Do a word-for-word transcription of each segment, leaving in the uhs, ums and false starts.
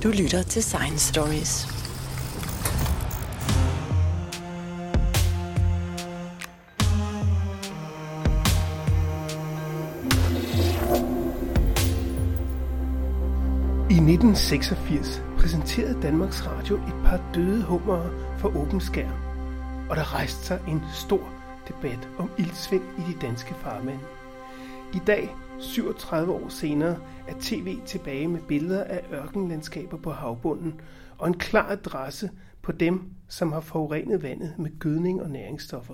Du lytter til Science Stories. I nitten seksogfirs præsenterede Danmarks Radio et par døde hummere for åben skærm, og der rejste sig en stor debat om iltsvind i de danske farvande. I dag, syvogtredive år senere, er tv tilbage med billeder af ørkenlandskaber på havbunden og en klar adresse på dem, som har forurenet vandet med gødning og næringsstoffer.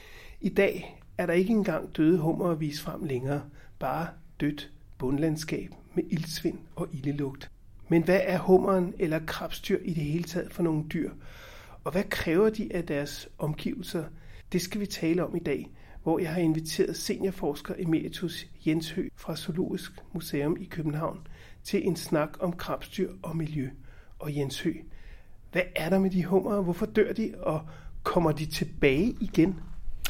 I dag er der ikke engang døde hummer at vise frem længere, bare dødt bundlandskab med iltsvind og ildelugt. Men hvad er hummeren eller krabstyr i det hele taget for nogle dyr? Og hvad kræver de af deres omgivelser? Det skal vi tale om i dag, hvor jeg har inviteret seniorforsker emeritus Jens Høgh fra Zoologisk Museum i København til en snak om krabstyr og miljø. Og Jens Høgh, hvad er der med de hummere? Hvorfor dør de, og kommer de tilbage igen?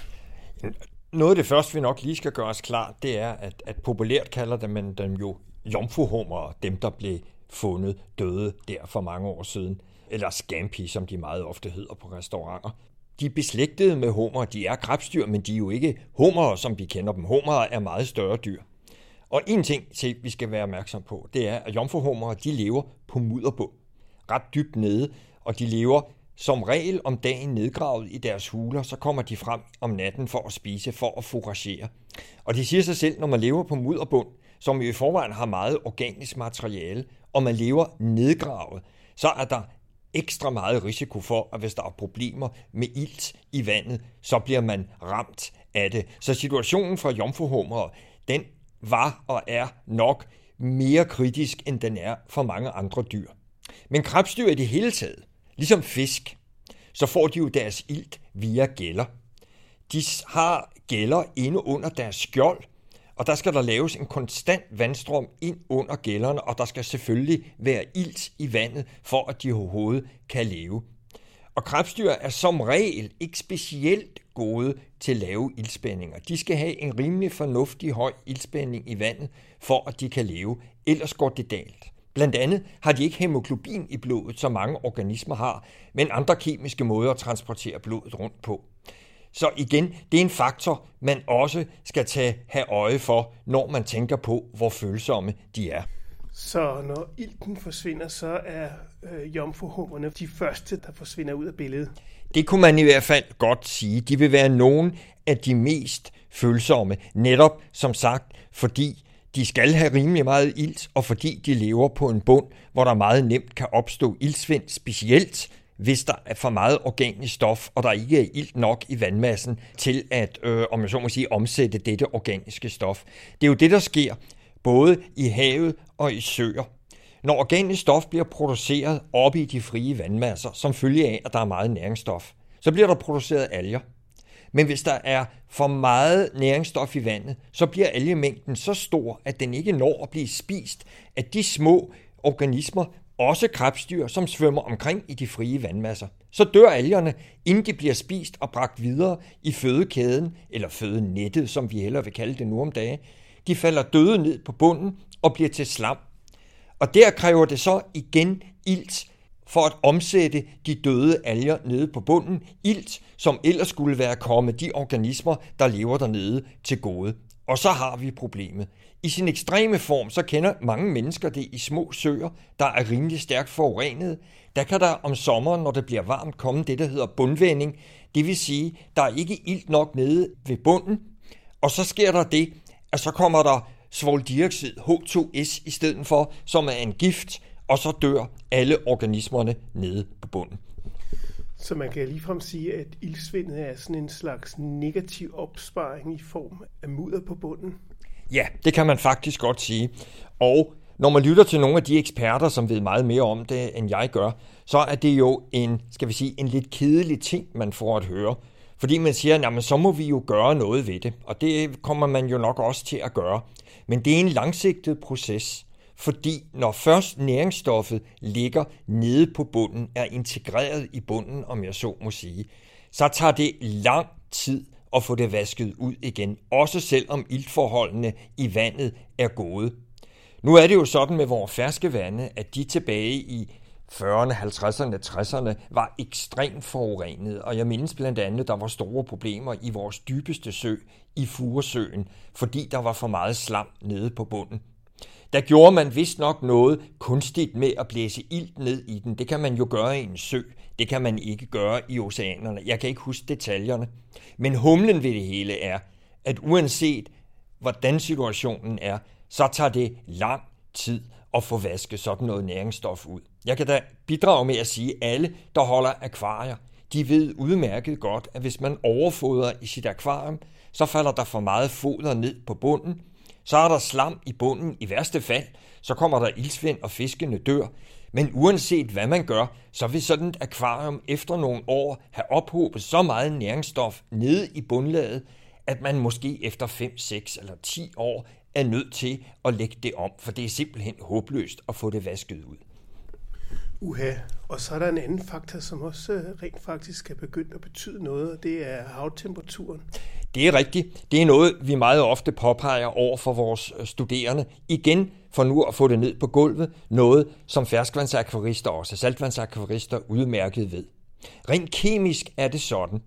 Noget af det første, vi nok lige skal gøre os klart, det er, at, at populært kalder det, man dem jo jomfruhummer, dem der blev fundet døde der for mange år siden, eller scampi, som de meget ofte hedder på restauranter. De er beslægtede med hummer, de er krebsdyr, men de er jo ikke hummer, som vi kender dem. Hummer er meget større dyr. Og en ting, vi skal være opmærksom på, det er, at jomfruhummer, de lever på mudderbund, ret dybt nede, og de lever som regel om dagen nedgravet i deres huler, så kommer de frem om natten for at spise, for at foragere. Og det siger sig selv, når man lever på mudderbund, som i forvejen har meget organisk materiale, og man lever nedgravet, så er der ekstra meget risiko for, at hvis der er problemer med ilt i vandet, så bliver man ramt af det. Så situationen for jomfruhummer, den var og er nok mere kritisk, end den er for mange andre dyr. Men krebsdyr i det hele taget, ligesom fisk, så får de jo deres ilt via gælder. De har gælder inde under deres skjold, og der skal der laves en konstant vandstrøm ind under gælderne, og der skal selvfølgelig være ilt i vandet, for at de overhovedet kan leve. Og krebsdyr er som regel ikke specielt gode til lave iltspændinger. De skal have en rimelig fornuftig høj iltspænding i vandet, for at de kan leve, ellers går det galt. Blandt andet har de ikke hemoglobin i blodet, som mange organismer har, men andre kemiske måder at transportere blodet rundt på. Så igen, det er en faktor, man også skal tage have øje for, når man tænker på, hvor følsomme de er. Så når ilten forsvinder, så er øh, jomfruhummerne de første, der forsvinder ud af billedet? Det kunne man i hvert fald godt sige. De vil være nogle af de mest følsomme, netop som sagt, fordi de skal have rimelig meget ilt, og fordi de lever på en bund, hvor der meget nemt kan opstå iltsvind, specielt hvis der er for meget organisk stof, og der ikke er ilt nok i vandmassen til at, øh, om jeg så må sige, omsætte dette organiske stof. Det er jo det, der sker både i havet og i søer. Når organisk stof bliver produceret oppe i de frie vandmasser, som følge af, at der er meget næringsstof, så bliver der produceret alger. Men hvis der er for meget næringsstof i vandet, så bliver algemængden så stor, at den ikke når at blive spist af de små organismer, også krebsdyr, som svømmer omkring i de frie vandmasser. Så dør algerne, inden de bliver spist og bragt videre i fødekæden, eller fødenettet, som vi hellere vil kalde det nu om dage. De falder døde ned på bunden og bliver til slam. Og der kræver det så igen ilt for at omsætte de døde alger nede på bunden. Ilt, som ellers skulle være kommet de organismer, der lever dernede, til gode. Og så har vi problemet. I sin ekstreme form, så kender mange mennesker det i små søer, der er rimelig stærkt forurenet. Der kan der om sommeren, når det bliver varmt, komme det, der hedder bundvænding. Det vil sige, der er ikke ilt nok nede ved bunden. Og så sker der det, at så kommer der svovldioxid, H to S, i stedet for, som er en gift, og så dør alle organismerne nede på bunden. Så man kan ligefrem sige, at iltsvindet er sådan en slags negativ opsparing i form af mudder på bunden? Ja, det kan man faktisk godt sige. Og når man lytter til nogle af de eksperter, som ved meget mere om det, end jeg gør, så er det jo en, skal vi sige, en lidt kedelig ting, man får at høre. Fordi man siger, jamen så må vi jo gøre noget ved det. Og det kommer man jo nok også til at gøre. Men det er en langsigtet proces. Fordi når først næringsstoffet ligger nede på bunden, er integreret i bunden, om jeg så må sige, så tager det lang tid at få det vasket ud igen, også selvom iltforholdene i vandet er gode. Nu er det jo sådan med vores ferskevande, at de tilbage i fyrrerne, halvtredserne, tresserne var ekstremt forurenet, og jeg mindes blandt andet, der var store problemer i vores dybeste sø, i Furesøen, fordi der var for meget slam nede på bunden. Der gjorde man vist nok noget kunstigt med at blæse ilt ned i den. Det kan man jo gøre i en sø, det kan man ikke gøre i oceanerne. Jeg kan ikke huske detaljerne. Men humlen ved det hele er, at uanset hvordan situationen er, så tager det lang tid at få vasket sådan noget næringsstof ud. Jeg kan da bidrage med at sige, at alle, der holder akvarier, de ved udmærket godt, at hvis man overfodrer i sit akvarium, så falder der for meget foder ned på bunden, så er der slam i bunden i værste fald, så kommer der iltsvind og fiskene dør. Men uanset hvad man gør, så vil sådan et akvarium efter nogle år have ophobet så meget næringsstof nede i bundlaget, at man måske efter fem, seks eller ti år er nødt til at lægge det om, for det er simpelthen håbløst at få det vasket ud. Uha, og så er der en anden faktor, som også rent faktisk er begyndt at betyde noget, og det er havtemperaturen. Det er rigtigt. Det er noget, vi meget ofte påpeger over for vores studerende. Igen for nu at få det ned på gulvet, noget som ferskvandsakvarister og også saltvandsakvarister udmærket ved. Rent kemisk er det sådan,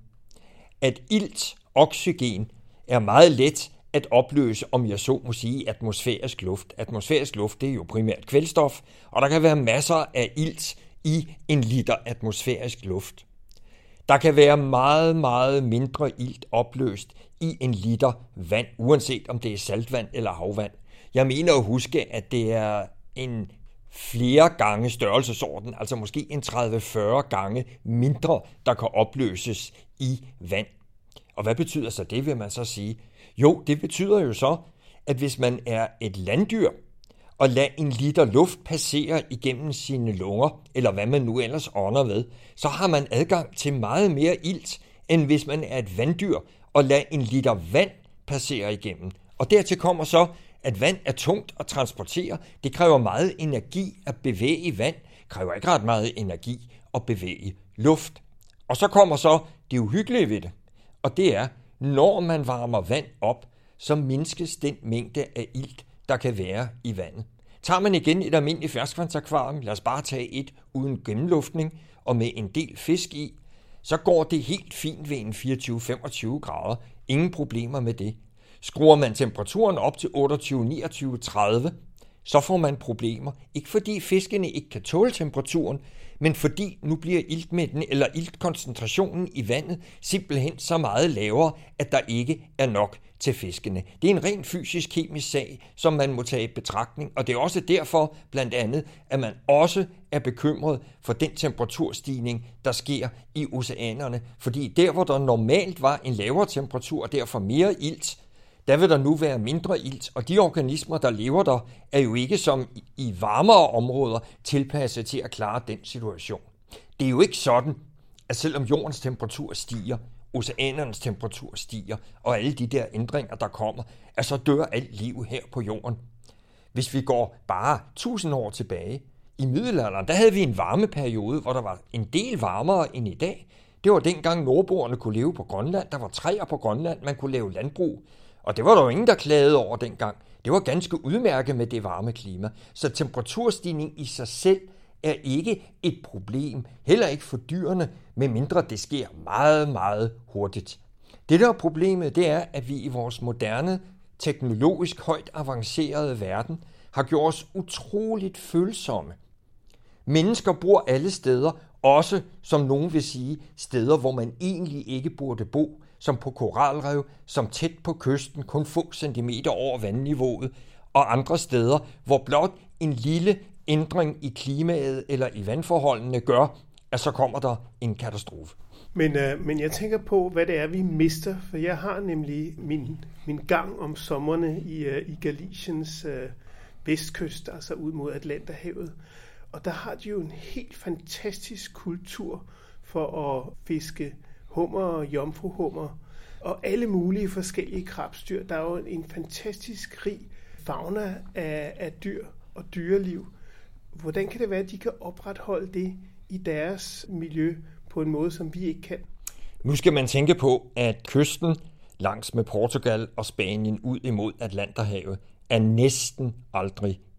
at ilt, oxygen, er meget let at opløse, om jeg så må sige, atmosfærisk luft. Atmosfærisk luft, det er jo primært kvælstof, og der kan være masser af ilt i en liter atmosfærisk luft. Der kan være meget, meget mindre ilt opløst i en liter vand, uanset om det er saltvand eller havvand. Jeg mener at huske, at det er en flere gange størrelsesorden, altså måske en tredive til fyrre gange mindre, der kan opløses i vand. Og hvad betyder så det, vil man så sige? Jo, det betyder jo så, at hvis man er et landdyr, og lader en liter luft passere igennem sine lunger, eller hvad man nu ellers ånder ved, så har man adgang til meget mere ilt, end hvis man er et vanddyr, og lader en liter vand passere igennem. Og dertil kommer så, at vand er tungt at transportere. Det kræver meget energi at bevæge vand, kræver ikke ret meget energi at bevæge luft. Og så kommer så det uhyggelige ved det, og det er, når man varmer vand op, så mindskes den mængde af ilt, der kan være i vandet. Tager man igen et almindeligt ferskvandsakvarium, lad os bare tage et uden gennemluftning og med en del fisk i, så går det helt fint ved en fireogtyve til femogtyve grader. Ingen problemer med det. Skruer man temperaturen op til otteogtyve, niogtyve, tredive, så får man problemer. Ikke fordi fiskene ikke kan tåle temperaturen, men fordi nu bliver iltmængden eller iltkoncentrationen i vandet simpelthen så meget lavere, at der ikke er nok til fiskene. Det er en ren fysisk-kemisk sag, som man må tage i betragtning, og det er også derfor blandt andet, at man også er bekymret for den temperaturstigning, der sker i oceanerne. Fordi der, hvor der normalt var en lavere temperatur og derfor mere ilt, der vil der nu være mindre ilt, og de organismer, der lever der, er jo ikke som i varmere områder tilpasset til at klare den situation. Det er jo ikke sådan, at selvom jordens temperatur stiger, oceanernes temperatur stiger, og alle de der ændringer, der kommer, at så dør alt liv her på jorden. Hvis vi går bare tusind år tilbage, i middelalderen, der havde vi en varmeperiode, hvor der var en del varmere end i dag. Det var dengang nordboerne kunne leve på Grønland, der var træer på Grønland, man kunne lave landbrug. Og det var der jo ingen, der klagede over dengang. Det var ganske udmærket med det varme klima. Så temperaturstigning i sig selv er ikke et problem. Heller ikke for dyrene, medmindre det sker meget, meget hurtigt. Det der er problemet, det er, at vi i vores moderne, teknologisk højt avancerede verden har gjort os utroligt følsomme. Mennesker bor alle steder, også som nogen vil sige, steder, hvor man egentlig ikke burde bo, som på koralrev, som tæt på kysten, kun få centimeter over vandniveauet, og andre steder, hvor blot en lille ændring i klimaet eller i vandforholdene gør, at så kommer der en katastrofe. Men, øh, men jeg tænker på, hvad det er, vi mister, for jeg har nemlig min, min gang om sommerne i, øh, i Galiciens øh, vestkyst, altså ud mod Atlanterhavet. Og der har de jo en helt fantastisk kultur for at fiske hummer og jomfruhummer og alle mulige forskellige krabstyr. Der er jo en fantastisk rig fauna af, af dyr og dyreliv. Hvordan kan det være, at de kan opretholde det i deres miljø på en måde, som vi ikke kan? Nu skal man tænke på, at kysten langs med Portugal og Spanien ud imod Atlanterhavet er næsten aldrig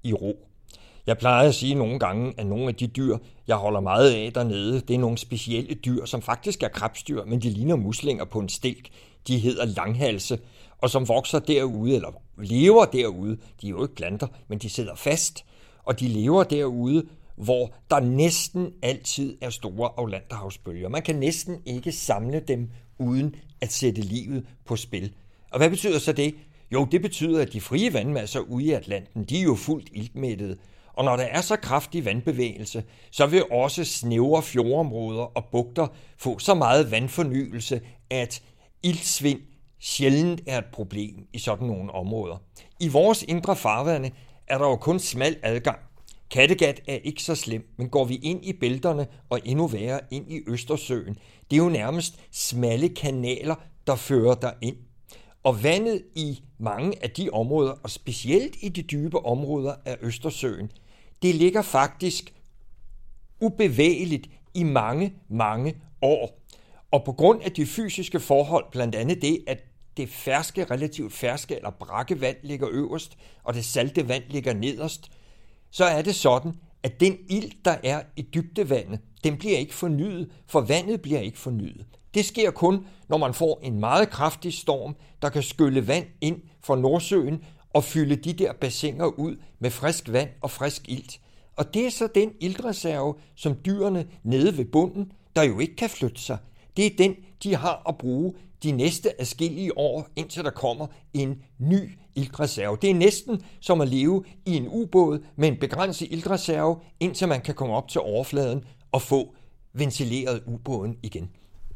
i ro. Jeg plejer at sige nogle gange, at nogle af de dyr, jeg holder meget af dernede, det er nogle specielle dyr, som faktisk er krebsdyr, men de ligner muslinger på en stilk. De hedder langhalse, og som vokser derude, eller lever derude. De er jo ikke planter, men de sidder fast, og de lever derude, hvor der næsten altid er store Atlanterhavsbølger. Man kan næsten ikke samle dem uden at sætte livet på spil. Og hvad betyder så det? Jo, det betyder, at de frie vandmasser ude i Atlanten, de er jo fuldt iltmættede. Og når der er så kraftig vandbevægelse, så vil også snævre fjordområder og bugter få så meget vandfornyelse, at iltsvind sjældent er et problem i sådan nogle områder. I vores indre farvande er der jo kun smal adgang. Kattegat er ikke så slem, men går vi ind i bælterne og endnu værre ind i Østersøen, det er jo nærmest smalle kanaler, der fører derind. Og vandet i mange af de områder, og specielt i de dybe områder af Østersøen, det ligger faktisk ubevægeligt i mange, mange år. Og på grund af de fysiske forhold, blandt andet det, at det ferske, relativt ferske eller brakke vand ligger øverst, og det salte vand ligger nederst, så er det sådan, at den ilt, der er i dybdevandet, den bliver ikke fornyet, for vandet bliver ikke fornyet. Det sker kun, når man får en meget kraftig storm, der kan skylle vand ind fra Nordsøen og fylde de der bassiner ud med frisk vand og frisk ilt. Og det er så den iltreserve, som dyrene nede ved bunden, der jo ikke kan flytte sig. Det er den, de har at bruge de næste adskillige år, indtil der kommer en ny iltreserve. Det er næsten som at leve i en ubåd med en begrænset iltreserve, indtil man kan komme op til overfladen og få ventileret ubåden igen.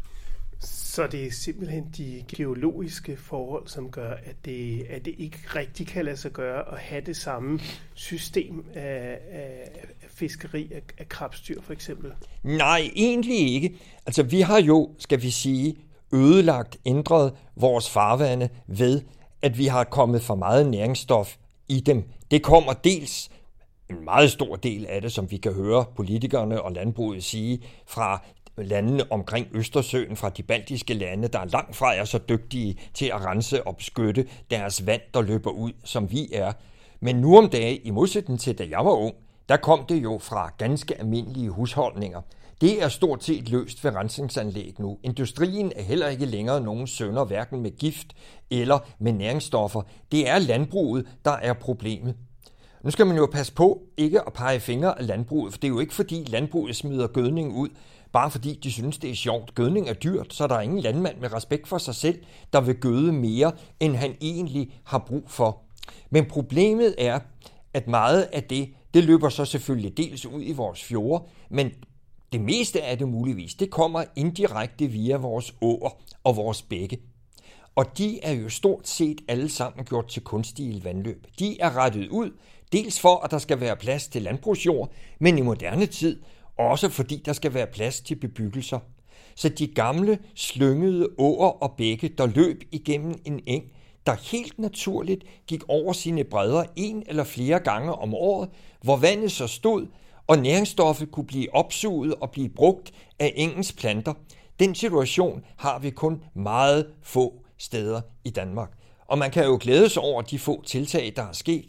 Så det er simpelthen de geologiske forhold, som gør, at det, at det ikke rigtig kan lade sig gøre at have det samme system af, af fiskeri af, af krebsdyr for eksempel? Nej, egentlig ikke. Altså vi har jo, skal vi sige, ødelagt, ændret vores farvande ved, at vi har kommet for meget næringsstof i dem. Det kommer dels en meget stor del af det, som vi kan høre politikerne og landbruget sige, fra landene omkring Østersøen, fra de baltiske lande, der langt fra er så dygtige til at rense og beskytte deres vand, der løber ud, som vi er. Men nu om dagen, i modsætning til da jeg var ung, der kom det jo fra ganske almindelige husholdninger. Det er stort set løst ved rensningsanlæg nu. Industrien er heller ikke længere nogen synder, hverken med gift eller med næringsstoffer. Det er landbruget, der er problemet. Nu skal man jo passe på ikke at pege fingre af landbruget, for det er jo ikke fordi landbruget smider gødning ud, bare fordi de synes, det er sjovt. Gødning er dyrt, så der er ingen landmand med respekt for sig selv, der vil gøde mere, end han egentlig har brug for. Men problemet er, at meget af det, det løber så selvfølgelig dels ud i vores fjorde, men det meste af det muligvis, det kommer indirekte via vores åer og vores bække. Og de er jo stort set alle sammen gjort til kunstige vandløb. De er rettet ud, dels for, at der skal være plads til landbrugsjord, men i moderne tid også fordi der skal være plads til bebyggelser. Så de gamle, slyngede åer og bække, der løb igennem en eng, der helt naturligt gik over sine bredder en eller flere gange om året, hvor vandet så stod, og næringsstoffet kunne blive opsuget og blive brugt af engens planter. Den situation har vi kun meget få steder i Danmark. Og man kan jo glæde sig over de få tiltag, der er sket.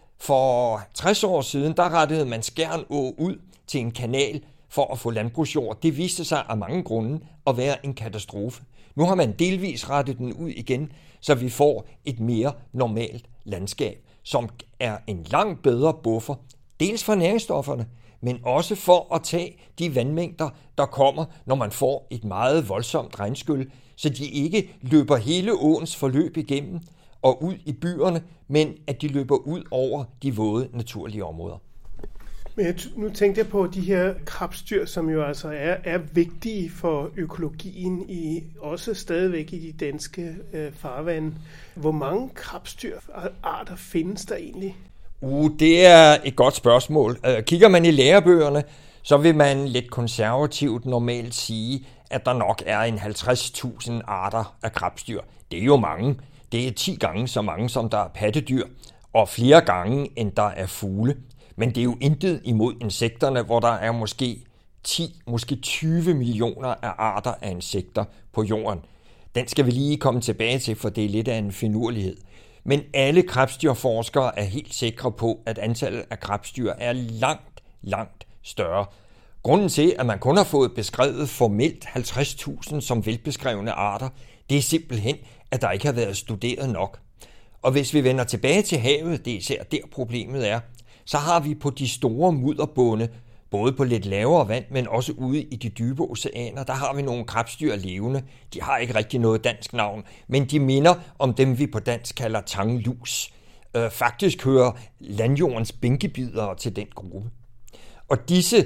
For tres år siden, der rettede man Skjern Å ud til en kanal for at få landbrugsjord. Det viste sig af mange grunde at være en katastrofe. Nu har man delvis rettet den ud igen, så vi får et mere normalt landskab, som er en langt bedre buffer, dels for næringsstofferne, men også for at tage de vandmængder, der kommer, når man får et meget voldsomt regnskyl, så de ikke løber hele åens forløb igennem og ud i byerne, men at de løber ud over de våde naturlige områder. Men jeg, nu tænkte jeg på de her krebsdyr, som jo altså er, er vigtige for økologien, i, også stadigvæk i de danske øh, farvande. Hvor mange krebsdyrarter findes der egentlig? Uh, det er et godt spørgsmål. Uh, kigger man i lærebøgerne, så vil man lidt konservativt normalt sige, at der nok er en halvtreds tusind arter af krebsdyr. Det er jo mange. Det er ti gange så mange, som der er pattedyr, og flere gange, end der er fugle. Men det er jo intet imod insekterne, hvor der er måske ti, måske tyve millioner af arter af insekter på jorden. Den skal vi lige komme tilbage til, for det er lidt af en finurlighed. Men alle krebsdyrforskere er helt sikre på, at antallet af krebsdyr er langt, langt større. Grunden til, at man kun har fået beskrevet formelt halvtreds tusind som velbeskrevne arter, det er simpelthen, at der ikke har været studeret nok. Og hvis vi vender tilbage til havet, det er især der problemet er, så har vi på de store mudderbunde, både på lidt lavere vand, men også ude i de dybe oceaner, der har vi nogle krebsdyr levende. De har ikke rigtig noget dansk navn, men de minder om dem, vi på dansk kalder tanglus. Øh, faktisk hører landjordens bænkebidere til den gruppe. Og disse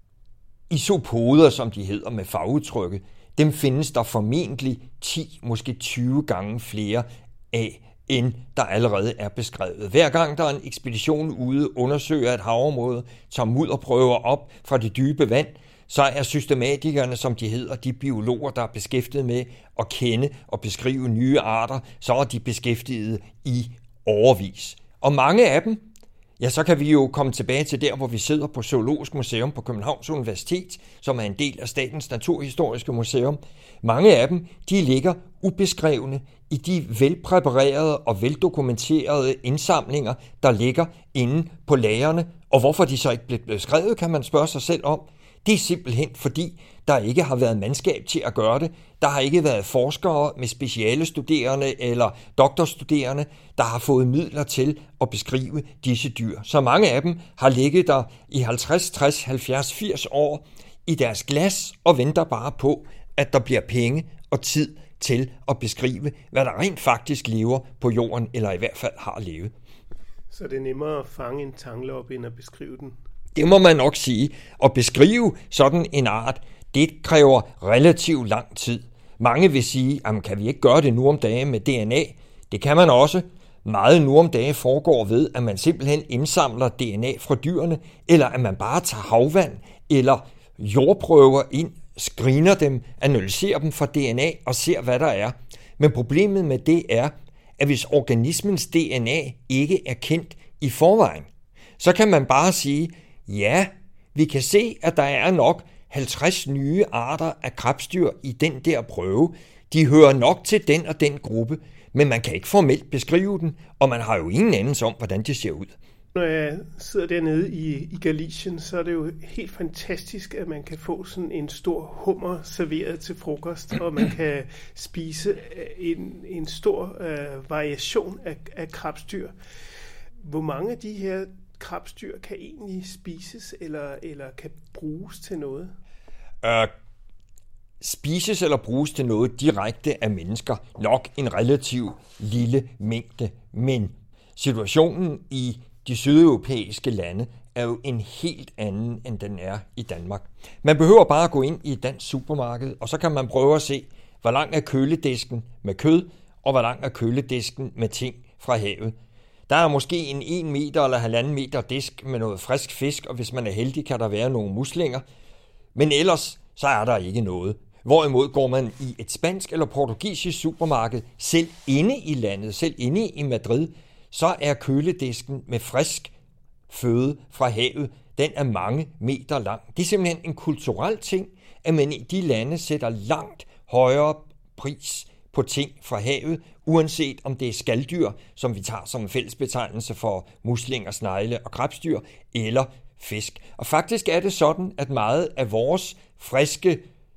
isopoder, som de hedder med fagudtrykket, dem findes der formentlig ti, måske tyve gange flere af, end der allerede er beskrevet. Hver gang der er en ekspedition ude, undersøger et havområde, tager mudderprøver op fra det dybe vand, så er systematikerne, som de hedder, de biologer, der er beskæftiget med at kende og beskrive nye arter, så er de beskæftiget i årevis. Og mange af dem, ja, så kan vi jo komme tilbage til der, hvor vi sidder på Zoologisk Museum på Københavns Universitet, som er en del af Statens Naturhistoriske Museum. Mange af dem, de ligger ubeskrevne i de velpræparerede og veldokumenterede indsamlinger, der ligger inde på lagrene. Og hvorfor de så ikke blev beskrevet, kan man spørge sig selv om. Det er simpelthen fordi, der ikke har været mandskab til at gøre det. Der har ikke været forskere med speciale studerende eller doktorstuderende, der har fået midler til at beskrive disse dyr. Så mange af dem har ligget der i halvtreds, tres, halvfjerds, firs år i deres glas og venter bare på, at der bliver penge og tid til at beskrive, hvad der rent faktisk lever på jorden, eller i hvert fald har levet. Så det er nemmere at fange en tangloppe, end at beskrive den? Det må man nok sige. At beskrive sådan en art, det kræver relativt lang tid. Mange vil sige, at kan vi ikke gøre det nu om dagen med D N A? Det kan man også. Meget nu om dagen foregår ved, at man simpelthen indsamler D N A fra dyrene, eller at man bare tager havvand eller jordprøver ind, screener dem, analyserer dem for D N A og ser, hvad der er. Men problemet med det er, at hvis organismens D N A ikke er kendt i forvejen, så kan man bare sige, ja, vi kan se, at der er nok halvtreds nye arter af krebsdyr i den der prøve. De hører nok til den og den gruppe, men man kan ikke formelt beskrive den, og man har jo ingen anelse om, hvordan det ser ud. Når jeg sidder dernede i, i Galicien, så er det jo helt fantastisk, at man kan få sådan en stor hummer serveret til frokost, og man kan spise en, en stor uh, variation af, af krebsdyr. Hvor mange af de her krebsdyr kan egentlig spises, eller, eller kan bruges til noget? Uh, spises eller bruges til noget direkte af mennesker? Nok en relativt lille mængde, men situationen i de sydeuropæiske lande er jo en helt anden, end den er i Danmark. Man behøver bare at gå ind i et dansk supermarked, og så kan man prøve at se, hvor lang er køledisken med kød, og hvor lang er køledisken med ting fra havet. Der er måske en en meter eller halvanden meter disk med noget frisk fisk, og hvis man er heldig, kan der være nogle muslinger. Men ellers, så er der ikke noget. Hvorimod går man i et spansk eller portugisisk supermarked, selv inde i landet, selv inde i Madrid, så er køledisken med frisk føde fra havet, den er mange meter lang. Det er simpelthen en kulturel ting, at man i de lande sætter langt højere pris på ting fra havet, uanset om det er skaldyr, som vi tager som en fællesbetegnelse for muslinger, snegle og krebsdyr, eller fisk. Og faktisk er det sådan, at meget af vores friske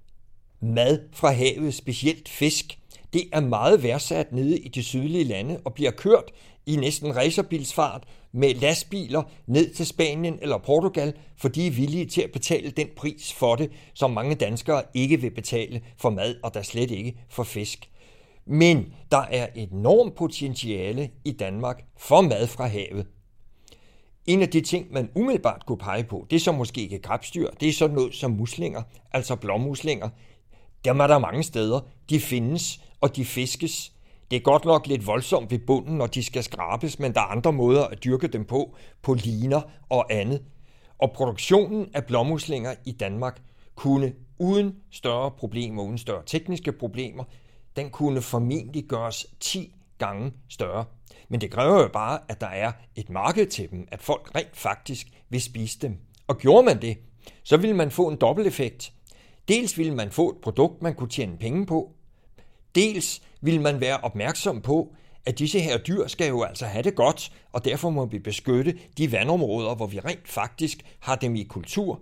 mad fra havet, specielt fisk, det er meget værdsat nede i de sydlige lande og bliver kørt i næsten racerbilsfart med lastbiler ned til Spanien eller Portugal, for de er villige til at betale den pris for det, som mange danskere ikke vil betale for mad, og der slet ikke for fisk. Men der er et enormt potentiale i Danmark for mad fra havet. En af de ting, man umiddelbart kunne pege på, det er så måske ikke krebsdyr, det er sådan noget som muslinger, altså blåmuslinger. Dem er der mange steder. De findes, og de fiskes. Det er godt nok lidt voldsomt ved bunden, når de skal skrabes, men der er andre måder at dyrke dem på, på liner og andet. Og produktionen af blåmuslinger i Danmark kunne uden større problemer, uden større tekniske problemer, den kunne formentlig gøres ti gange større. Men det kræver jo bare, at der er et marked til dem, at folk rent faktisk vil spise dem. Og gjorde man det, så ville man få en dobbelteffekt. Dels ville man få et produkt, man kunne tjene penge på. Dels ville man være opmærksom på, at disse her dyr skal jo altså have det godt, og derfor må vi beskytte de vandområder, hvor vi rent faktisk har dem i kultur.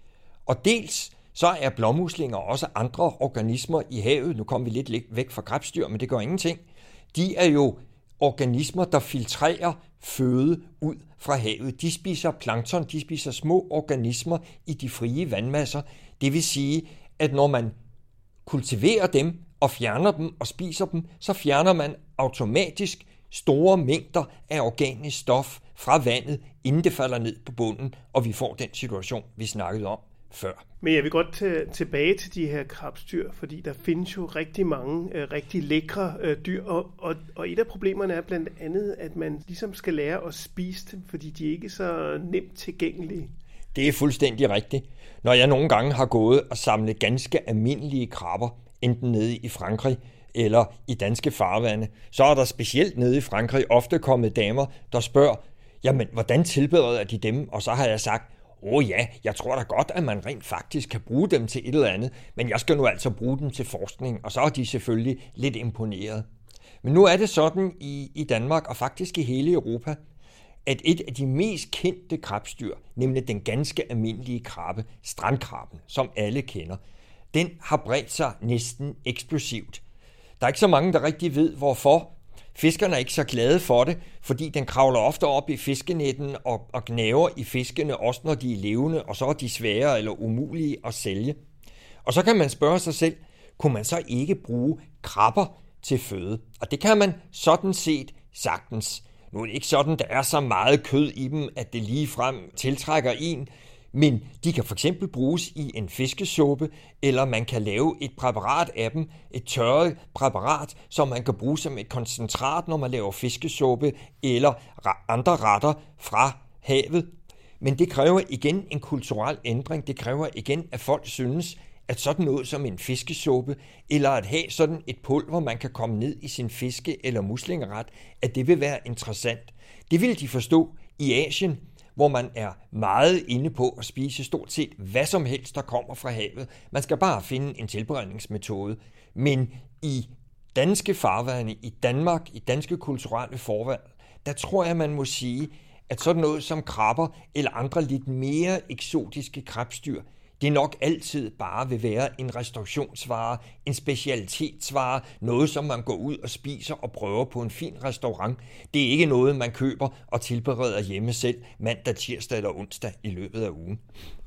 Og dels så er blåmuslinger også andre organismer i havet. Nu kommer vi lidt væk fra krebsdyr, men det gør ingenting. De er jo organismer, der filtrerer føde ud fra havet. De spiser plankton, de spiser små organismer i de frie vandmasser. Det vil sige, at når man kultiverer dem og fjerner dem og spiser dem, så fjerner man automatisk store mængder af organisk stof fra vandet, inden det falder ned på bunden, og vi får den situation, vi snakkede om før. Men jeg vil godt tage tilbage til de her krebsdyr, fordi der findes jo rigtig mange øh, rigtig lækre øh, dyr, og, og, og et af problemerne er blandt andet, at man ligesom skal lære at spise dem, fordi de ikke er så nemt tilgængelige. Det er fuldstændig rigtigt. Når jeg nogle gange har gået og samlet ganske almindelige krabber, enten nede i Frankrig eller i danske farvande, så er der specielt nede i Frankrig ofte kommet damer, der spørger, jamen, hvordan tilbereder de dem? Og så har jeg sagt, åh oh ja, jeg tror da godt, at man rent faktisk kan bruge dem til et eller andet, men jeg skal nu altså bruge dem til forskning, og så er de selvfølgelig lidt imponeret. Men nu er det sådan i, i Danmark, og faktisk i hele Europa, at et af de mest kendte krebsdyr, nemlig den ganske almindelige krabbe, strandkrabben, som alle kender, den har bredt sig næsten eksplosivt. Der er ikke så mange, der rigtig ved, hvorfor. Fiskerne er ikke så glade for det, fordi den kravler ofte op i fiskenetten og, og gnaver i fiskene, også når de er levende, og så er de svære eller umulige at sælge. Og så kan man spørge sig selv, kunne man så ikke bruge krabber til føde? Og det kan man sådan set sagtens. Nu er det ikke sådan, der er så meget kød i dem, at det ligefrem tiltrækker en, men de kan for eksempel bruges i en fiskesuppe, eller man kan lave et præparat af dem, et tørret præparat, som man kan bruge som et koncentrat, når man laver fiskesuppe eller andre retter fra havet. Men det kræver igen en kulturel ændring. Det kræver igen, at folk synes, at sådan noget som en fiskesuppe, eller at have sådan et pulver, man kan komme ned i sin fiske- eller muslingeret, at det vil være interessant. Det vil de forstå i Asien, hvor man er meget inde på at spise stort set hvad som helst, der kommer fra havet. Man skal bare finde en tilberedningsmetode. Men i danske farvande, i Danmark, i danske kulturelle forvalg, der tror jeg, man må sige, at sådan noget som krabber eller andre lidt mere eksotiske krebsdyr, det nok altid bare vil være en restaurationsvare, en specialitetsvare, noget som man går ud og spiser og prøver på en fin restaurant. Det er ikke noget, man køber og tilbereder hjemme selv mandag, tirsdag eller onsdag i løbet af ugen.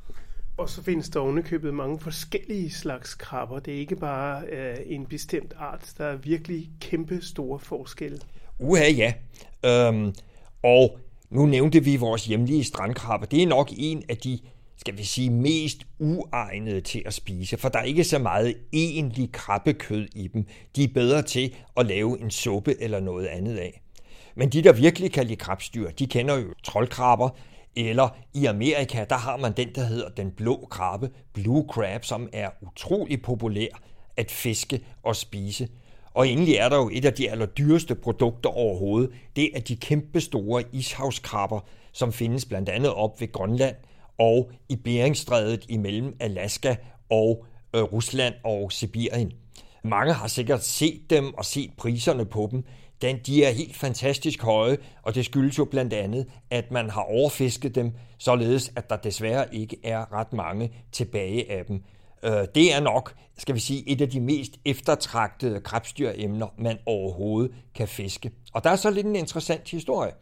Og så findes der ovenikøbet mange forskellige slags krabber. Det er ikke bare øh, en bestemt art, der er virkelig kæmpe store forskelle. Uha, ja. Øhm, og nu nævnte vi vores hjemlige strandkrabber. Det er nok en af de, skal vi sige, mest uegnede til at spise, for der er ikke så meget egentlig krabbekød i dem. De er bedre til at lave en suppe eller noget andet af. Men de, der virkelig kan lide krebsdyr, de kender jo troldkrabber, eller i Amerika, der har man den, der hedder den blå krabbe, blue crab, som er utrolig populær at fiske og spise. Og egentlig er der jo et af de allerdyreste produkter overhovedet. Det er de kæmpestore ishavskrabber, som findes blandt andet op ved Grønland og i Beringstrædet imellem Alaska og øh, Rusland og Sibirien. Mange har sikkert set dem og set priserne på dem. Den, de er helt fantastisk høje, og det skyldes jo blandt andet, at man har overfisket dem, således at der desværre ikke er ret mange tilbage af dem. Det er nok, skal vi sige, et af de mest eftertragtede krebsdyremner, man overhovedet kan fiske. Og der er så lidt en interessant historie,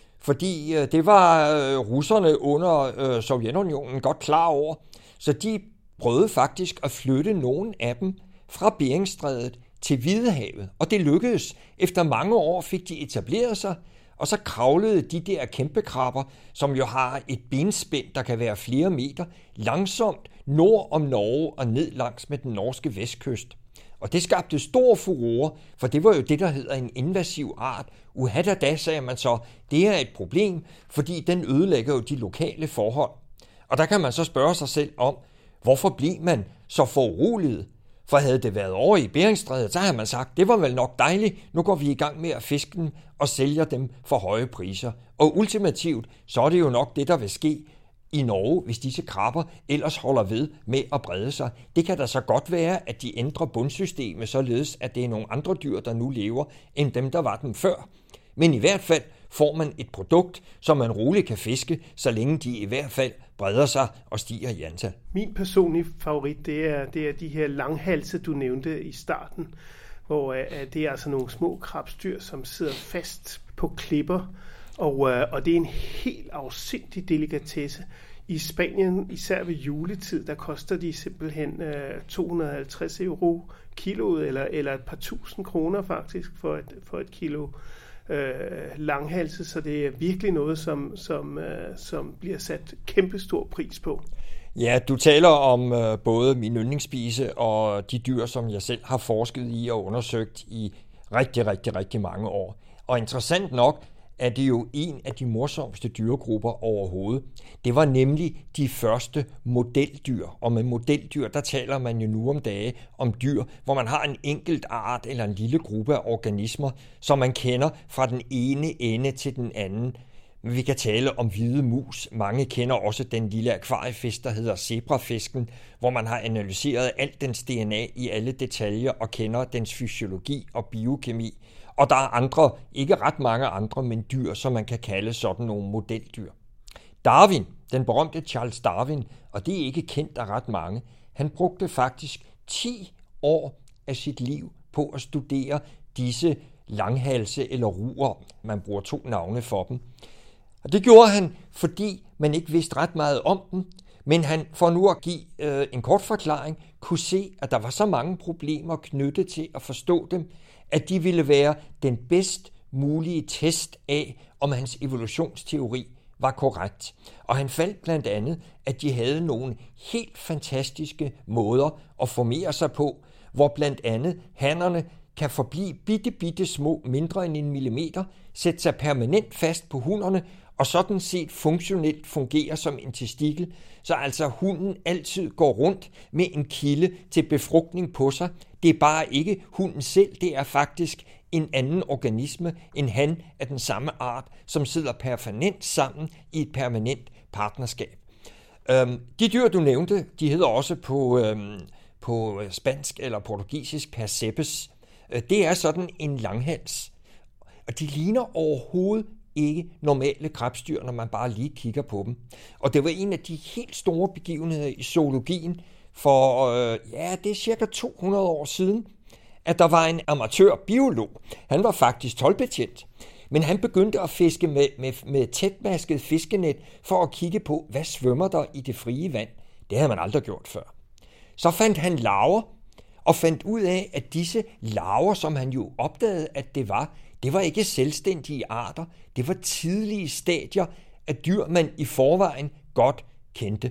fordi det var russerne under Sovjetunionen godt klar over, så de prøvede faktisk at flytte nogle af dem fra Beringstrædet til Hvidehavet, og det lykkedes. Efter mange år fik de etableret sig, og så kravlede de der kæmpekrabber, som jo har et benspænd, der kan være flere meter, langsomt nord om Norge og ned langs med den norske vestkyst. Og det skabte stor furore, for det var jo det, der hedder en invasiv art. Uha da da, sagde man så, det er et problem, fordi den ødelægger jo de lokale forhold. Og der kan man så spørge sig selv om, hvorfor blev man så foruroliget? For havde det været over i Beringstrædet, så havde man sagt, det var vel nok dejligt, nu går vi i gang med at fiske dem og sælger dem for høje priser. Og ultimativt, så er det jo nok det, der vil ske, i Norge, hvis disse krabber ellers holder ved med at brede sig. Det kan da så godt være, at de ændrer bundsystemet, således at det er nogle andre dyr, der nu lever, end dem, der var dem før. Men i hvert fald får man et produkt, som man roligt kan fiske, så længe de i hvert fald breder sig og stiger i antal. Min personlige favorit, det er, det er de her langhalse, du nævnte i starten, hvor uh, det er altså nogle små krabstyr, som sidder fast på klipper, og, uh, og det er en helt afsindig delikatesse. I Spanien, især ved juletid, der koster de simpelthen uh, to hundrede og halvtreds euro kiloet, eller, eller et par tusind kroner faktisk for et, for et kilo øh, langhalse, så det er virkelig noget, som, som, øh, som bliver sat kæmpestor pris på. Ja, du taler om øh, både min yndlingsspise og de dyr, som jeg selv har forsket i og undersøgt i rigtig, rigtig, rigtig mange år. Og interessant nok er det jo en af de morsomste dyregrupper overhovedet. Det var nemlig de første modeldyr, og med modeldyr, der taler man jo nu om dage om dyr, hvor man har en enkelt art eller en lille gruppe af organismer, som man kender fra den ene ende til den anden. Men vi kan tale om hvide mus. Mange kender også den lille akvariefisk, der hedder zebrafisken, hvor man har analyseret alt dens D N A i alle detaljer og kender dens fysiologi og biokemi. Og der er andre, ikke ret mange andre, men dyr, som man kan kalde sådan nogle modeldyr. Darwin, den berømte Charles Darwin, og det er ikke kendt af ret mange, han brugte faktisk ti år af sit liv på at studere disse langhalse eller ruer. Man bruger to navne for dem. Og det gjorde han, fordi man ikke vidste ret meget om dem, men han, for nu at give øh, en kort forklaring, kunne se, at der var så mange problemer knyttet til at forstå dem, at de ville være den bedst mulige test af, om hans evolutionsteori var korrekt. Og han fandt blandt andet, at de havde nogle helt fantastiske måder at formere sig på, hvor blandt andet hannerne kan forblive bitte, bitte små, mindre end en millimeter, sætte sig permanent fast på hunnerne, og sådan set funktionelt fungerer som en testikel, så altså hunden altid går rundt med en kilde til befrugtning på sig. Det er bare ikke hunden selv, det er faktisk en anden organisme, en han af den samme art, som sidder permanent sammen i et permanent partnerskab. Øhm, de dyr, du nævnte, de hedder også på, øhm, på spansk eller portugisisk percebes. Det er sådan en langhals, og de ligner overhovedet ikke normale krebsdyr, når man bare lige kigger på dem. Og det var en af de helt store begivenheder i zoologien for, øh, ja, det er cirka to hundrede år siden, at der var en amatørbiolog. Han var faktisk toldbetjent, men han begyndte at fiske med, med, med tætmasket fiskenet for at kigge på, hvad svømmer der i det frie vand. Det havde man aldrig gjort før. Så fandt han larver, og fandt ud af, at disse larver, som han jo opdagede, at det var, det var ikke selvstændige arter, det var tidlige stadier af dyr, man i forvejen godt kendte.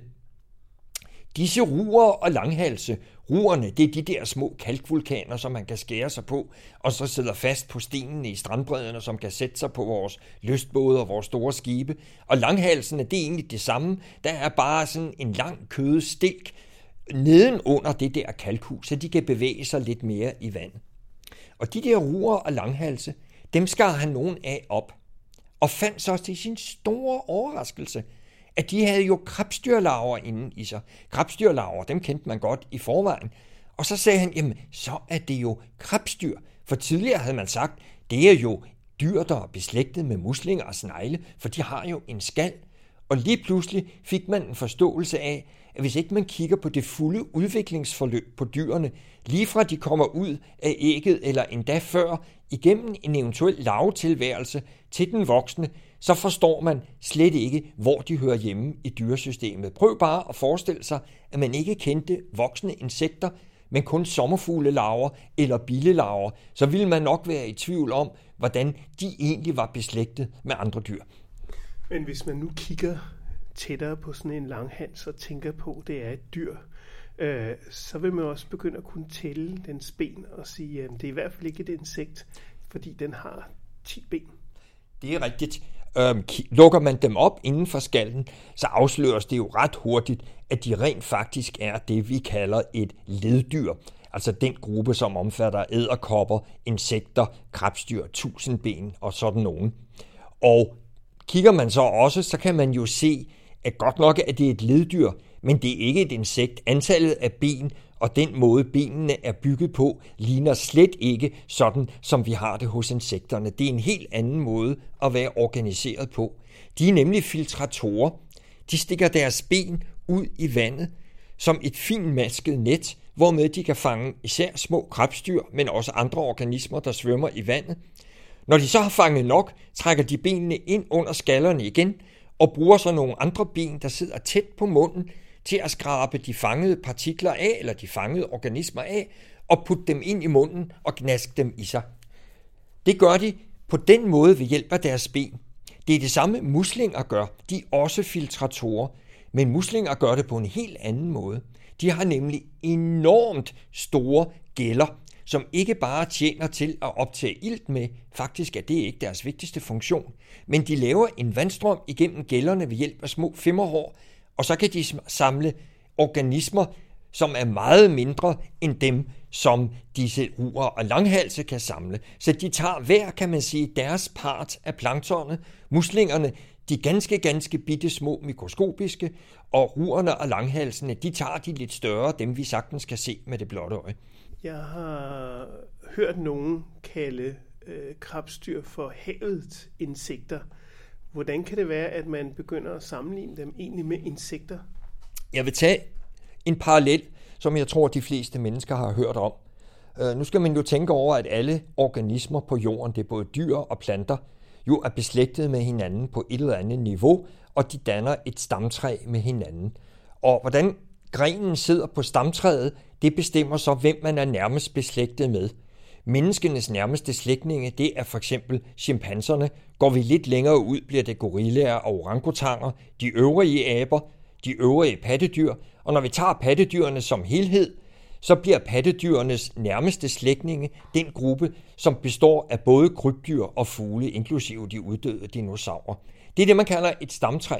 Disse ruer og langhalse, ruerne, det er de der små kalkvulkaner, som man kan skære sig på, og så sidder fast på stenene i strandbredderne, som kan sætte sig på vores lystbåde og vores store skibe. Og langhalsene, det er egentlig det samme. Der er bare sådan en lang kødet stilk nedenunder det der kalkhus, så de kan bevæge sig lidt mere i vandet. Og de der ruer og langhalse, dem skar han nogen af op, og fandt så til sin store overraskelse, at de havde jo krebsdyrlarver inde i sig. Krebsdyrlarver, dem kendte man godt i forvejen. Og så sagde han, jamen, så er det jo krebsdyr. For tidligere havde man sagt, det er jo dyr, der er beslægtet med muslinger og snegle, for de har jo en skal. Og lige pludselig fik man en forståelse af, at hvis ikke man kigger på det fulde udviklingsforløb på dyrene, lige fra de kommer ud af ægget eller endda før, igennem en eventuel larvetilværelse til den voksne, så forstår man slet ikke, hvor de hører hjemme i dyresystemet. Prøv bare at forestille sig, at man ikke kendte voksne insekter, men kun sommerfuglelarver eller billelarver, så ville man nok være i tvivl om, hvordan de egentlig var beslægtet med andre dyr. Men hvis man nu kigger tættere på sådan en langhans og tænker på, at det er et dyr, øh, så vil man også begynde at kunne tælle dens ben og sige, at det er i hvert fald ikke et insekt, fordi den har ti ben. Det er rigtigt. Øhm, lukker man dem op inden for skallen, så afsløres det jo ret hurtigt, at de rent faktisk er det, vi kalder et leddyr. Altså den gruppe, som omfatter edderkopper, insekter, krebsdyr, tusindben og sådan nogen. Og kigger man så også, så kan man jo se, at godt nok er det et leddyr, men det er ikke et insekt. Antallet af ben og den måde benene er bygget på, ligner slet ikke sådan, som vi har det hos insekterne. Det er en helt anden måde at være organiseret på. De er nemlig filtratorer. De stikker deres ben ud i vandet som et finmasket net, hvormed de kan fange især små krebsdyr, men også andre organismer, der svømmer i vandet. Når de så har fanget nok, trækker de benene ind under skallerne igen og bruger så nogle andre ben, der sidder tæt på munden, til at skrabe de fangede partikler af, eller de fangede organismer af, og putte dem ind i munden og gnaske dem i sig. Det gør de på den måde ved hjælp af deres ben. Det er det samme muslinger gør. De er også filtratorer, men muslinger gør det på en helt anden måde. De har nemlig enormt store gælder, som ikke bare tjener til at optage ilt med. Faktisk er det ikke deres vigtigste funktion. Men de laver en vandstrøm igennem gællerne ved hjælp af små femmerhår, og så kan de samle organismer, som er meget mindre end dem, som disse ruer og langhalse kan samle. Så de tager hver, kan man sige, deres part af planktonerne. Muslingerne, de ganske, ganske bitte små mikroskopiske, og ruerne og langhalsene, de tager de lidt større, dem vi sagtens kan se med det blotte øje. Jeg har hørt nogen kalde øh, krebsdyr for havets insekter. Hvordan kan det være, at man begynder at sammenligne dem egentlig med insekter? Jeg vil tage en parallel, som jeg tror, de fleste mennesker har hørt om. Uh, nu skal man jo tænke over, at alle organismer på jorden, det er både dyr og planter, jo er beslægtet med hinanden på et eller andet niveau, og de danner et stamtræ med hinanden. Og hvordan grenen sidder på stamtræet, det bestemmer så, hvem man er nærmest beslægtet med. Menneskenes nærmeste slægtninge, det er for eksempel chimpanserne. Går vi lidt længere ud, bliver det gorillaer og orangutanger, de øvrige aber, de øvrige pattedyr. Og når vi tager pattedyrene som helhed, så bliver pattedyrenes nærmeste slægtninge den gruppe, som består af både krybdyr og fugle, inklusive de uddøde dinosaurer. Det er det, man kalder et stamtræ.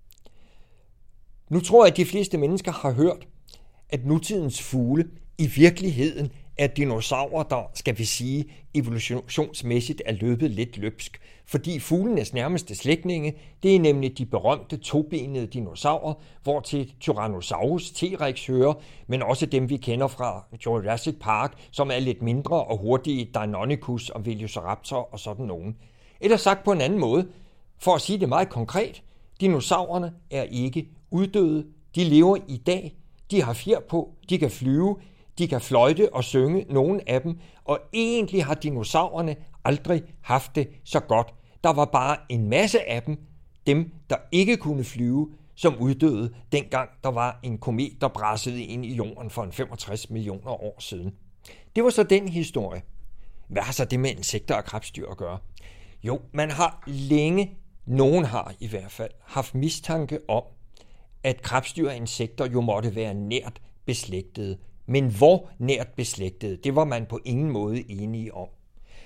Nu tror jeg, at de fleste mennesker har hørt, at nutidens fugle i virkeligheden er dinosaurer, der, skal vi sige, evolutionsmæssigt er løbet lidt løbsk. Fordi fuglenes nærmeste slægtninge, det er nemlig de berømte tobenede dinosaurer, hvor til Tyrannosaurus, T-rex hører, men også dem, vi kender fra Jurassic Park, som er lidt mindre og hurtige, Deinonychus og Velociraptor og sådan nogen. Eller sagt på en anden måde, for at sige det meget konkret, dinosaurerne er ikke uddøde. De lever i dag, de har fjer på, de kan flyve, de kan fløjte og synge, nogle af dem, og egentlig har dinosaurerne aldrig haft det så godt. Der var bare en masse af dem, dem der ikke kunne flyve, som uddøde dengang der var en komet, der brassede ind i jorden for en femogtres millioner år siden. Det var så den historie. Hvad har så det med insekter og krebsdyr at gøre? Jo, man har længe, nogen har i hvert fald, haft mistanke om, at krebsdyr og insekter jo måtte være nært beslægtede. Men hvor nært beslægtede, det var man på ingen måde enige om.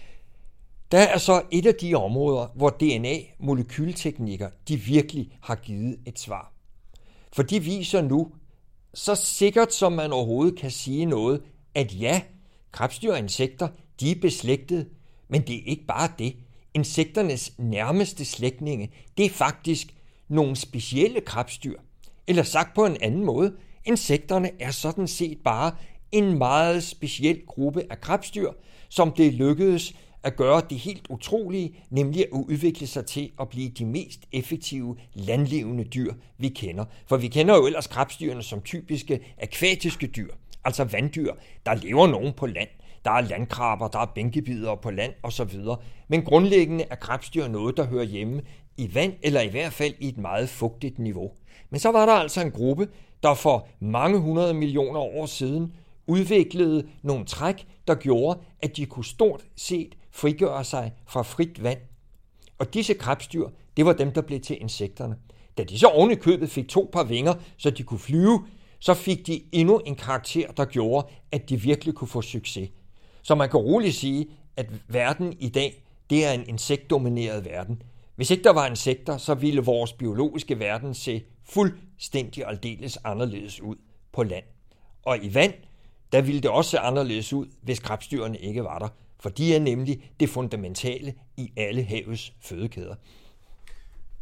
Der er så et af de områder, hvor D N A-molekylteknikker, de virkelig har givet et svar. For de viser nu, så sikkert som man overhovedet kan sige noget, at ja, krebsdyr og insekter, de er beslægtede, men det er ikke bare det. Insekternes nærmeste slægtninge, det er faktisk nogle specielle krebsdyr. Eller sagt på en anden måde, insekterne er sådan set bare en meget speciel gruppe af krebsdyr, som det lykkedes at gøre det helt utrolige, nemlig at udvikle sig til at blive de mest effektive landlevende dyr, vi kender. For vi kender jo ellers krebsdyrene som typiske akvatiske dyr, altså vanddyr. Der lever nogen på land, der er landkrabber, der er bænkebidere på land osv. Men grundlæggende er krebsdyr noget, der hører hjemme i vand, eller i hvert fald i et meget fugtigt niveau. Men så var der altså en gruppe, der for mange hundrede millioner år siden udviklede nogle træk, der gjorde, at de kunne stort set frigøre sig fra frit vand. Og disse krebsdyr, det var dem, der blev til insekterne. Da de så oven i købet fik to par vinger, så de kunne flyve, så fik de endnu en karakter, der gjorde, at de virkelig kunne få succes. Så man kan roligt sige, at verden i dag, det er en insektdomineret verden. Hvis ikke der var insekter, så ville vores biologiske verden se fuldstændig aldeles anderledes ud på land. Og i vand, der ville det også se anderledes ud, hvis krebsdyrene ikke var der. For de er nemlig det fundamentale i alle havets fødekæder.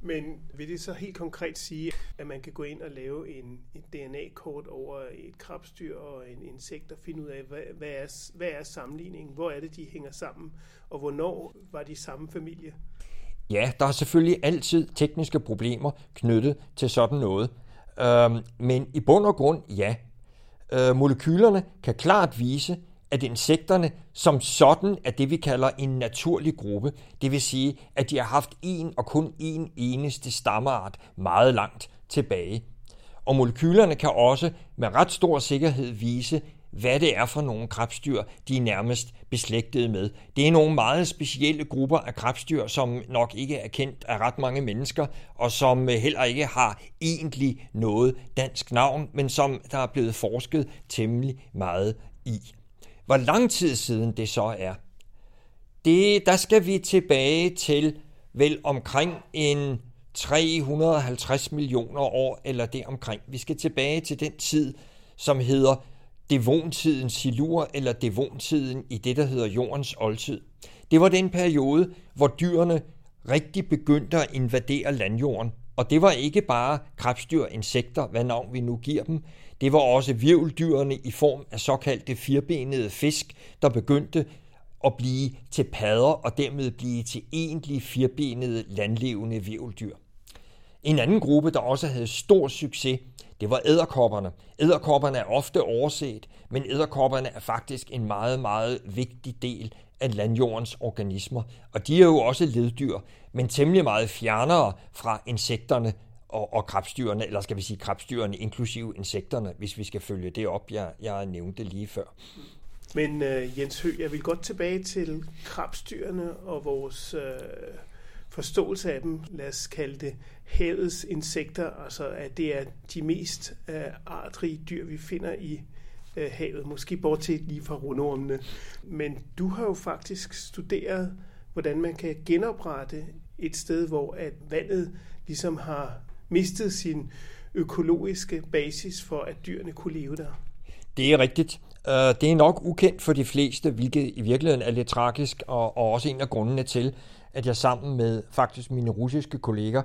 Men vil det så helt konkret sige, at man kan gå ind og lave en, en D N A-kort over et krabstyr og en insekt og finde ud af, hvad, hvad, er, hvad er sammenligningen? Hvor er det, de hænger sammen? Og hvornår var de samme familie? Ja, der er selvfølgelig altid tekniske problemer knyttet til sådan noget. Øhm, men i bund og grund, ja. Øh, molekylerne kan klart vise, at insekterne som sådan er det, vi kalder en naturlig gruppe. Det vil sige, at de har haft en og kun en eneste stammeart meget langt tilbage. Og molekylerne kan også med ret stor sikkerhed vise, hvad det er for nogle krebsdyr, de er nærmest beslægtede med. Det er nogle meget specielle grupper af krebsdyr, som nok ikke er kendt af ret mange mennesker, og som heller ikke har egentlig noget dansk navn, men som der er blevet forsket temmelig meget i. Hvor lang tid siden det så er, det, der skal vi tilbage til vel omkring en tre hundrede og halvtreds millioner år, eller det omkring. Vi skal tilbage til den tid, som hedder Devontiden Silur, eller Devontiden i det, der hedder jordens oldtid. Det var den periode, hvor dyrene rigtig begyndte at invadere landjorden. Og det var ikke bare krebsdyr, insekter, hvad navn vi nu giver dem. Det var også hvirveldyrene i form af såkaldte firbenede fisk, der begyndte at blive til padder og dermed blive til egentlige firbenede landlevende hvirveldyr. En anden gruppe, der også havde stor succes, det var edderkopperne. Edderkopperne er ofte overset, men edderkopperne er faktisk en meget, meget vigtig del af landjordens organismer. Og de er jo også leddyr, men temmelig meget fjernere fra insekterne og, og krebsdyrene, eller skal vi sige krebsdyrene inklusive insekterne, hvis vi skal følge det op, jeg, jeg nævnte lige før. Men uh, Jens Høgh, jeg vil godt tilbage til krebsdyrene og vores uh, forståelse af dem. Lad os kalde det havets insekter, altså at det er de mest uh, artrige dyr, vi finder i uh, havet, måske bortset lige fra rundormene. Men du har jo faktisk studeret, hvordan man kan genoprette et sted, hvor at vandet ligesom har mistet sin økologiske basis for, at dyrene kunne leve der. Det er rigtigt. Det er nok ukendt for de fleste, hvilket i virkeligheden er lidt tragisk, og også en af grundene til, at jeg sammen med faktisk mine russiske kolleger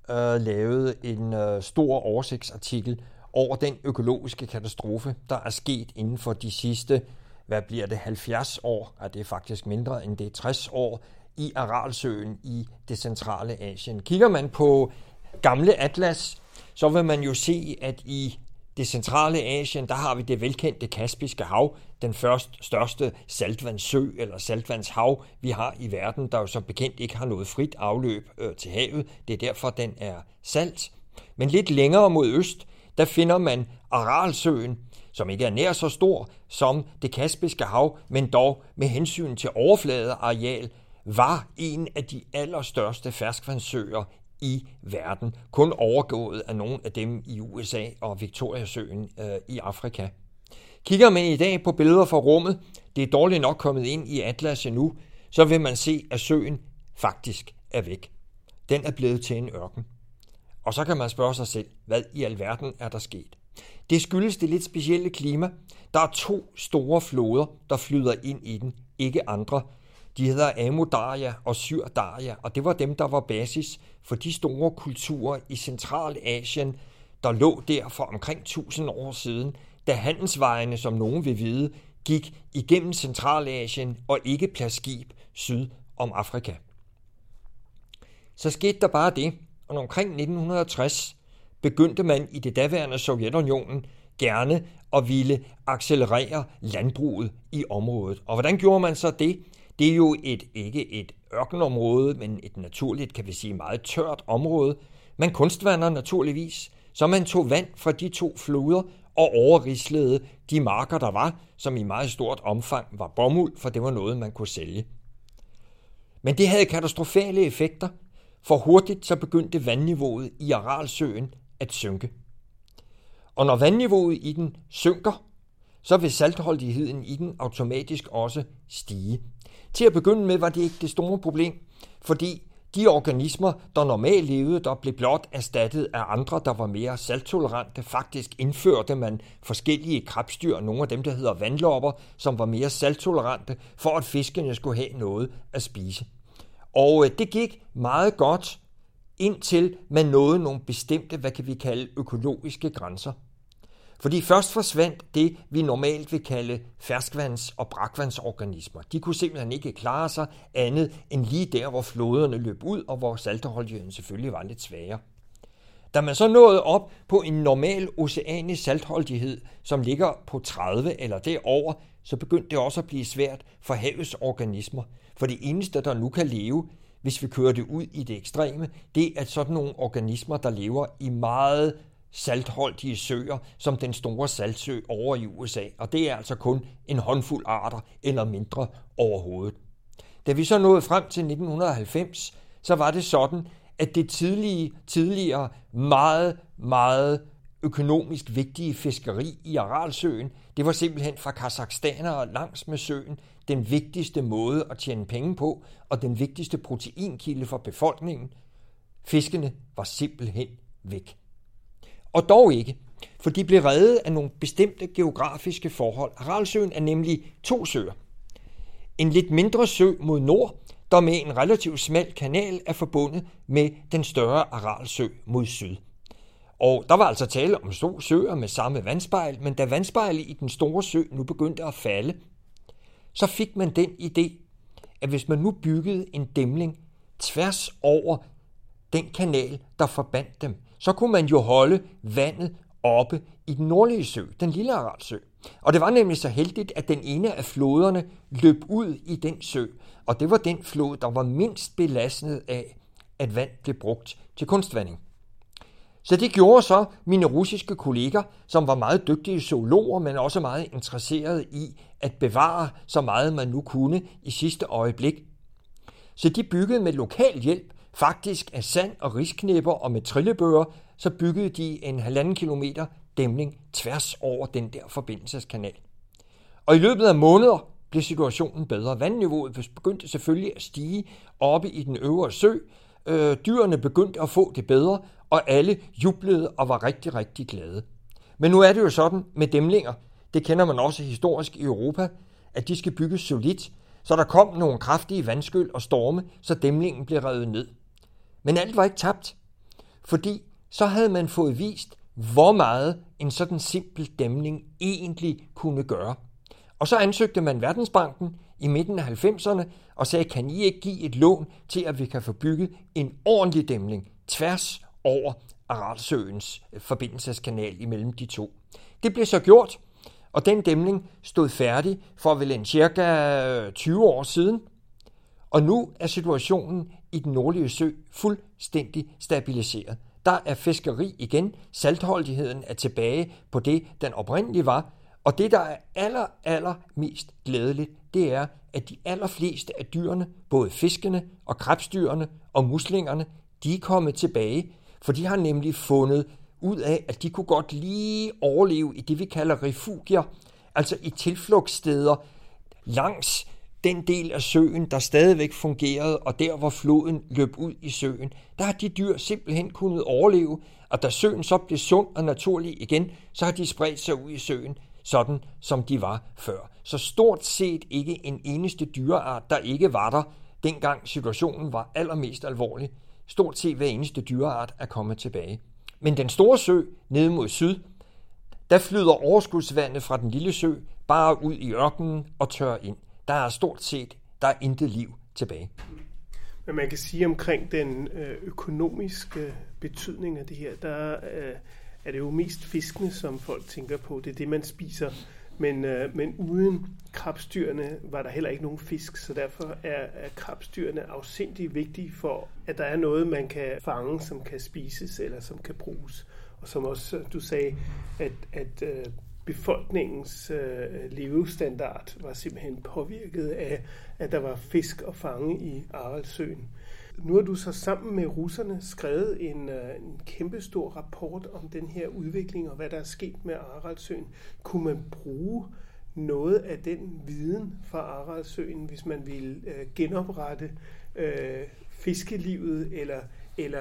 lavede en stor oversigtsartikel over den økologiske katastrofe, der er sket inden for de sidste, hvad bliver det, halvfjerds år, og det er faktisk mindre end det er tres år, i Aralsøen i det centrale Asien. Kigger man på gamle atlas, så vil man jo se, at i det centrale Asien, der har vi det velkendte Kaspiske Hav, den første største saltvandssø eller saltvandshav, vi har i verden, der jo som bekendt ikke har noget frit afløb øh, til havet. Det er derfor, den er salt. Men lidt længere mod øst, der finder man Aralsøen, som ikke er nær så stor som det Kaspiske Hav, men dog med hensyn til overfladeareal, var en af de allerstørste ferskvandssøer i verden, kun overgået af nogle af dem i U S A og Victoriasøen øh, i Afrika. Kigger man i dag på billeder fra rummet, det er dårligt nok kommet ind i atlas endnu, så vil man se, at søen faktisk er væk. Den er blevet til en ørken. Og så kan man spørge sig selv, hvad i alverden er der sket? Det skyldes det lidt specielle klima. Der er to store floder, der flyder ind i den, ikke andre. De hedder Amu Darja og Syr Darja, og det var dem, der var basis for de store kulturer i Centralasien, der lå der for omkring tusind år siden, da handelsvejene, som nogen vil vide, gik igennem Centralasien og ikke plads skib syd om Afrika. Så skete der bare det, og omkring nitten tres begyndte man i det daværende Sovjetunionen gerne at ville accelerere landbruget i området. Og hvordan gjorde man så det? Det er jo et, ikke et ørkenområde, men et naturligt, kan vi sige, meget tørt område. Man kunstvander naturligvis, så man tog vand fra de to floder og overrislede de marker, der var, som i meget stort omfang var bomuld, for det var noget, man kunne sælge. Men det havde katastrofale effekter, for hurtigt så begyndte vandniveauet i Aralsøen at synke. Og når vandniveauet i den synker, så vil saltholdigheden i den automatisk også stige. Til at begynde med var det ikke det store problem, fordi de organismer, der normalt levede, der blev blot erstattet af andre, der var mere salttolerante. Faktisk indførte man forskellige krebsdyr, nogle af dem, der hedder vandlopper, som var mere salttolerante, for at fiskene skulle have noget at spise. Og det gik meget godt indtil man nåede nogle bestemte, hvad kan vi kalde, økologiske grænser. Fordi først forsvandt det, vi normalt vil kalde ferskvands- og brakvandsorganismer. De kunne simpelthen ikke klare sig andet end lige der, hvor floderne løb ud, og hvor saltholdigheden selvfølgelig var lidt svagere. Da man så nåede op på en normal oceanisk saltholdighed, som ligger på tredive eller derover, så begyndte det også at blive svært for havets organismer. For det eneste, der nu kan leve, hvis vi kører det ud i det ekstreme, det er sådan nogle organismer, der lever i meget saltholdige søer, som den store saltsø over i U S A. Og det er altså kun en håndfuld arter eller mindre overhovedet. Da vi så nåede frem til nitten halvfems, så var det sådan, at det tidlige, tidligere meget, meget økonomisk vigtige fiskeri i Aralsøen, det var simpelthen fra kazakhstanere langs med søen den vigtigste måde at tjene penge på, og den vigtigste proteinkilde for befolkningen. Fiskene var simpelthen væk. Og dog ikke, for de blev reddet af nogle bestemte geografiske forhold. Aralsøen er nemlig to søer. En lidt mindre sø mod nord, der med en relativt smal kanal er forbundet med den større Aralsø mod syd. Og der var altså tale om to søer med samme vandspejl, men da vandspejlet i den store sø nu begyndte at falde, så fik man den idé, at hvis man nu byggede en dæmning tværs over den kanal, der forbandt dem, så kunne man jo holde vandet oppe i den nordlige sø, den lille Aralsø. Og det var nemlig så heldigt, at den ene af floderne løb ud i den sø, og det var den flod, der var mindst belastet af, at vand blev brugt til kunstvanding. Så det gjorde så mine russiske kolleger, som var meget dygtige zoologer, men også meget interesserede i at bevare så meget man nu kunne i sidste øjeblik. Så de byggede med lokal hjælp, faktisk af sand og risknæpper og med trillebøger, så byggede de en halvanden kilometer dæmning tværs over den der forbindelseskanal. Og i løbet af måneder blev situationen bedre. Vandniveauet begyndte selvfølgelig at stige oppe i den øvre sø. Øh, dyrene begyndte at få det bedre, og alle jublede og var rigtig, rigtig glade. Men nu er det jo sådan med dæmlinger, det kender man også historisk i Europa, at de skal bygges solidt, så der kom nogle kraftige vandskyl og storme, så dæmlingen blev revet ned. Men alt var ikke tabt, fordi så havde man fået vist, hvor meget en sådan simpel dæmning egentlig kunne gøre. Og så ansøgte man Verdensbanken i midten af halvfemserne og sagde, kan I ikke give et lån til, at vi kan få bygget en ordentlig dæmning tværs over Aralsøens forbindelseskanal imellem de to. Det blev så gjort, og den dæmning stod færdig for vel en cirka tyve år siden. Og nu er situationen i den nordlige sø fuldstændig stabiliseret. Der er fiskeri igen, saltholdigheden er tilbage på det, den oprindelige var, og det, der er aller, aller mest glædeligt, det er, at de allerfleste af dyrene, både fiskene og krebsdyrene og muslingerne, de er kommet tilbage, for de har nemlig fundet ud af, at de kunne godt lige overleve i det, vi kalder refugier, altså i tilflugtssteder langs den del af søen, der stadigvæk fungerede, og der, hvor floden løb ud i søen, der har de dyr simpelthen kunnet overleve, og da søen så blev sund og naturlig igen, så har de spredt sig ud i søen, sådan som de var før. Så stort set ikke en eneste dyreart, der ikke var der, dengang situationen var allermest alvorlig. Stort set hver eneste dyreart er kommet tilbage. Men den store sø, nede mod syd, der flyder overskudsvandet fra den lille sø bare ud i ørkenen og tørrer ind. Der er stort set, der er intet liv tilbage. Men man kan sige omkring den økonomiske betydning af det her, der er det jo mest fiskene, som folk tænker på. Det er det, man spiser. Men, men uden krebsdyrene var der heller ikke nogen fisk, så derfor er, er krebsdyrene afsindig vigtige for, at der er noget, man kan fange, som kan spises eller som kan bruges. Og som også du sagde, at, at befolkningens øh, levestandard var simpelthen påvirket af, at der var fisk at fange i Aralsøen. Nu har du så sammen med russerne skrevet en, øh, en kæmpestor rapport om den her udvikling og hvad der er sket med Aralsøen. Kunne man bruge noget af den viden fra Aralsøen, hvis man ville øh, genoprette øh, fiskelivet eller, eller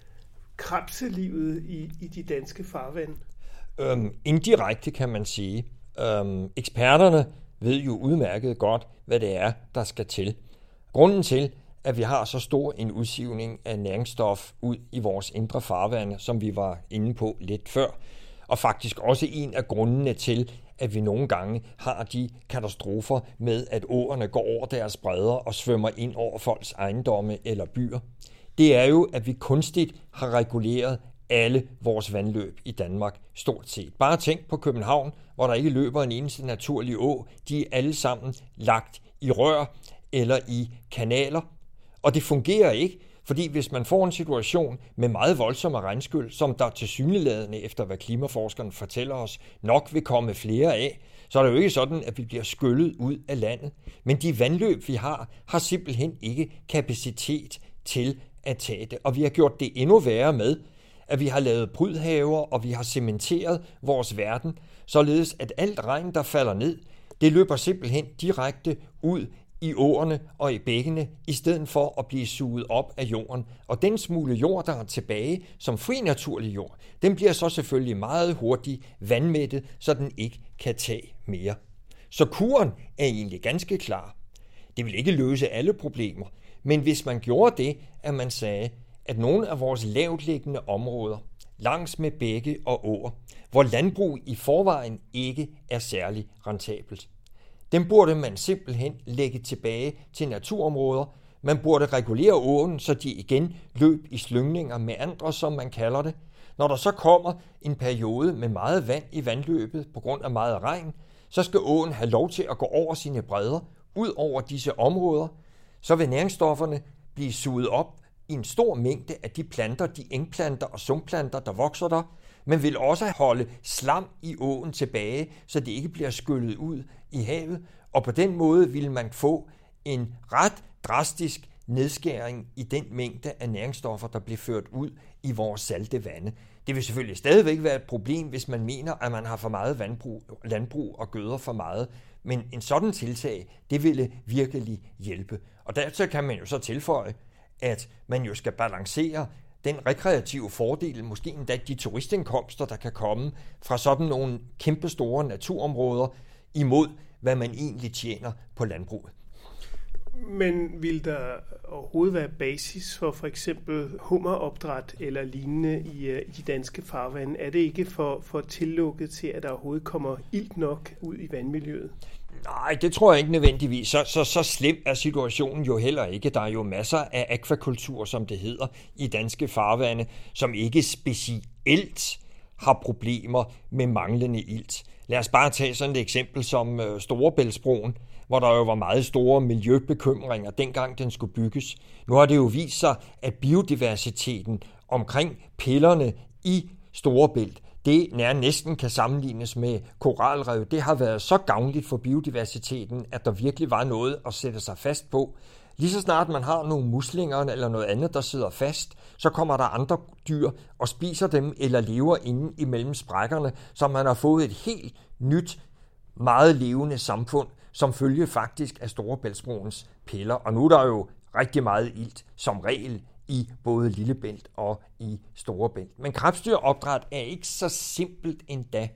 krebselivet i, i de danske farvande? Øhm, indirekte kan man sige. Øhm, eksperterne ved jo udmærket godt, hvad det er, der skal til. Grunden til, at vi har så stor en udsivning af næringsstof ud i vores indre farvande, som vi var inde på lidt før, og faktisk også en af grundene til, at vi nogle gange har de katastrofer med, at åerne går over deres bredder og svømmer ind over folks ejendomme eller byer. Det er jo, at vi kunstigt har reguleret alle vores vandløb i Danmark, stort set. Bare tænk på København, hvor der ikke løber en eneste naturlig å. De er alle sammen lagt i rør eller i kanaler, og det fungerer ikke, fordi hvis man får en situation med meget voldsomme regnskyld, som der tilsyneladende, efter hvad klimaforskerne fortæller os, nok vil komme flere af, så er det jo ikke sådan, at vi bliver skyllet ud af landet. Men de vandløb, vi har, har simpelthen ikke kapacitet til at tage det. Og vi har gjort det endnu værre med, at vi har lavet prydhaver, og vi har cementeret vores verden, således at alt regn, der falder ned, det løber simpelthen direkte ud i åerne og i bækkene, i stedet for at blive suget op af jorden. Og den smule jord, der er tilbage som fri naturlig jord, den bliver så selvfølgelig meget hurtigt vandmættet, så den ikke kan tage mere. Så kuren er egentlig ganske klar. Det vil ikke løse alle problemer, men hvis man gjorde det, at man sagde, at nogle af vores lavtliggende områder, langs med bække og åer, hvor landbrug i forvejen ikke er særlig rentabelt, dem burde man simpelthen lægge tilbage til naturområder. Man burde regulere åen, så de igen løb i slyngninger med andre, som man kalder det. Når der så kommer en periode med meget vand i vandløbet på grund af meget regn, så skal åen have lov til at gå over sine bredder, ud over disse områder. Så vil næringsstofferne blive suget op i en stor mængde af de planter, de engplanter og sumplanter, der vokser der, men vil også holde slam i åen tilbage, så det ikke bliver skyllet ud i havet, og på den måde vil man få en ret drastisk nedskæring i den mængde af næringsstoffer, der bliver ført ud i vores salte vande. Det vil selvfølgelig stadigvæk være et problem, hvis man mener, at man har for meget vandbrug, landbrug og gøder for meget, men en sådan tiltag, det ville virkelig hjælpe. Og dertil kan man jo så tilføje, at man jo skal balancere den rekreative fordel, måske endda de turistindkomster, der kan komme fra sådan nogle kæmpe store naturområder, imod hvad man egentlig tjener på landbruget. Men vil der overhovedet være basis for for eksempel hummeropdræt eller lignende i, i de danske farvande? Er det ikke for, for tillukket til, at der overhovedet kommer ilt nok ud i vandmiljøet? Nej, det tror jeg ikke nødvendigvis. Så, så, så slem er situationen jo heller ikke. Der er jo masser af akvakultur, som det hedder, i danske farvande, som ikke specielt har problemer med manglende ilt. Lad os bare tage sådan et eksempel som Storebæltsbroen, hvor der jo var meget store miljøbekymringer, dengang den skulle bygges. Nu har det jo vist sig, at biodiversiteten omkring pillerne i Storebælt, det nær næsten kan sammenlignes med koralrev. Det har været så gavnligt for biodiversiteten, at der virkelig var noget at sætte sig fast på. Lige så snart man har nogle muslinger eller noget andet, der sidder fast, så kommer der andre dyr og spiser dem eller lever inde imellem sprækkerne, så man har fået et helt nyt, meget levende samfund, som følge faktisk af Storebæltsbroens piller. Og nu er der jo rigtig meget ilt som regel i både Lillebælt og i Storebælt. Men krebsdyropdræt er ikke så simpelt endda.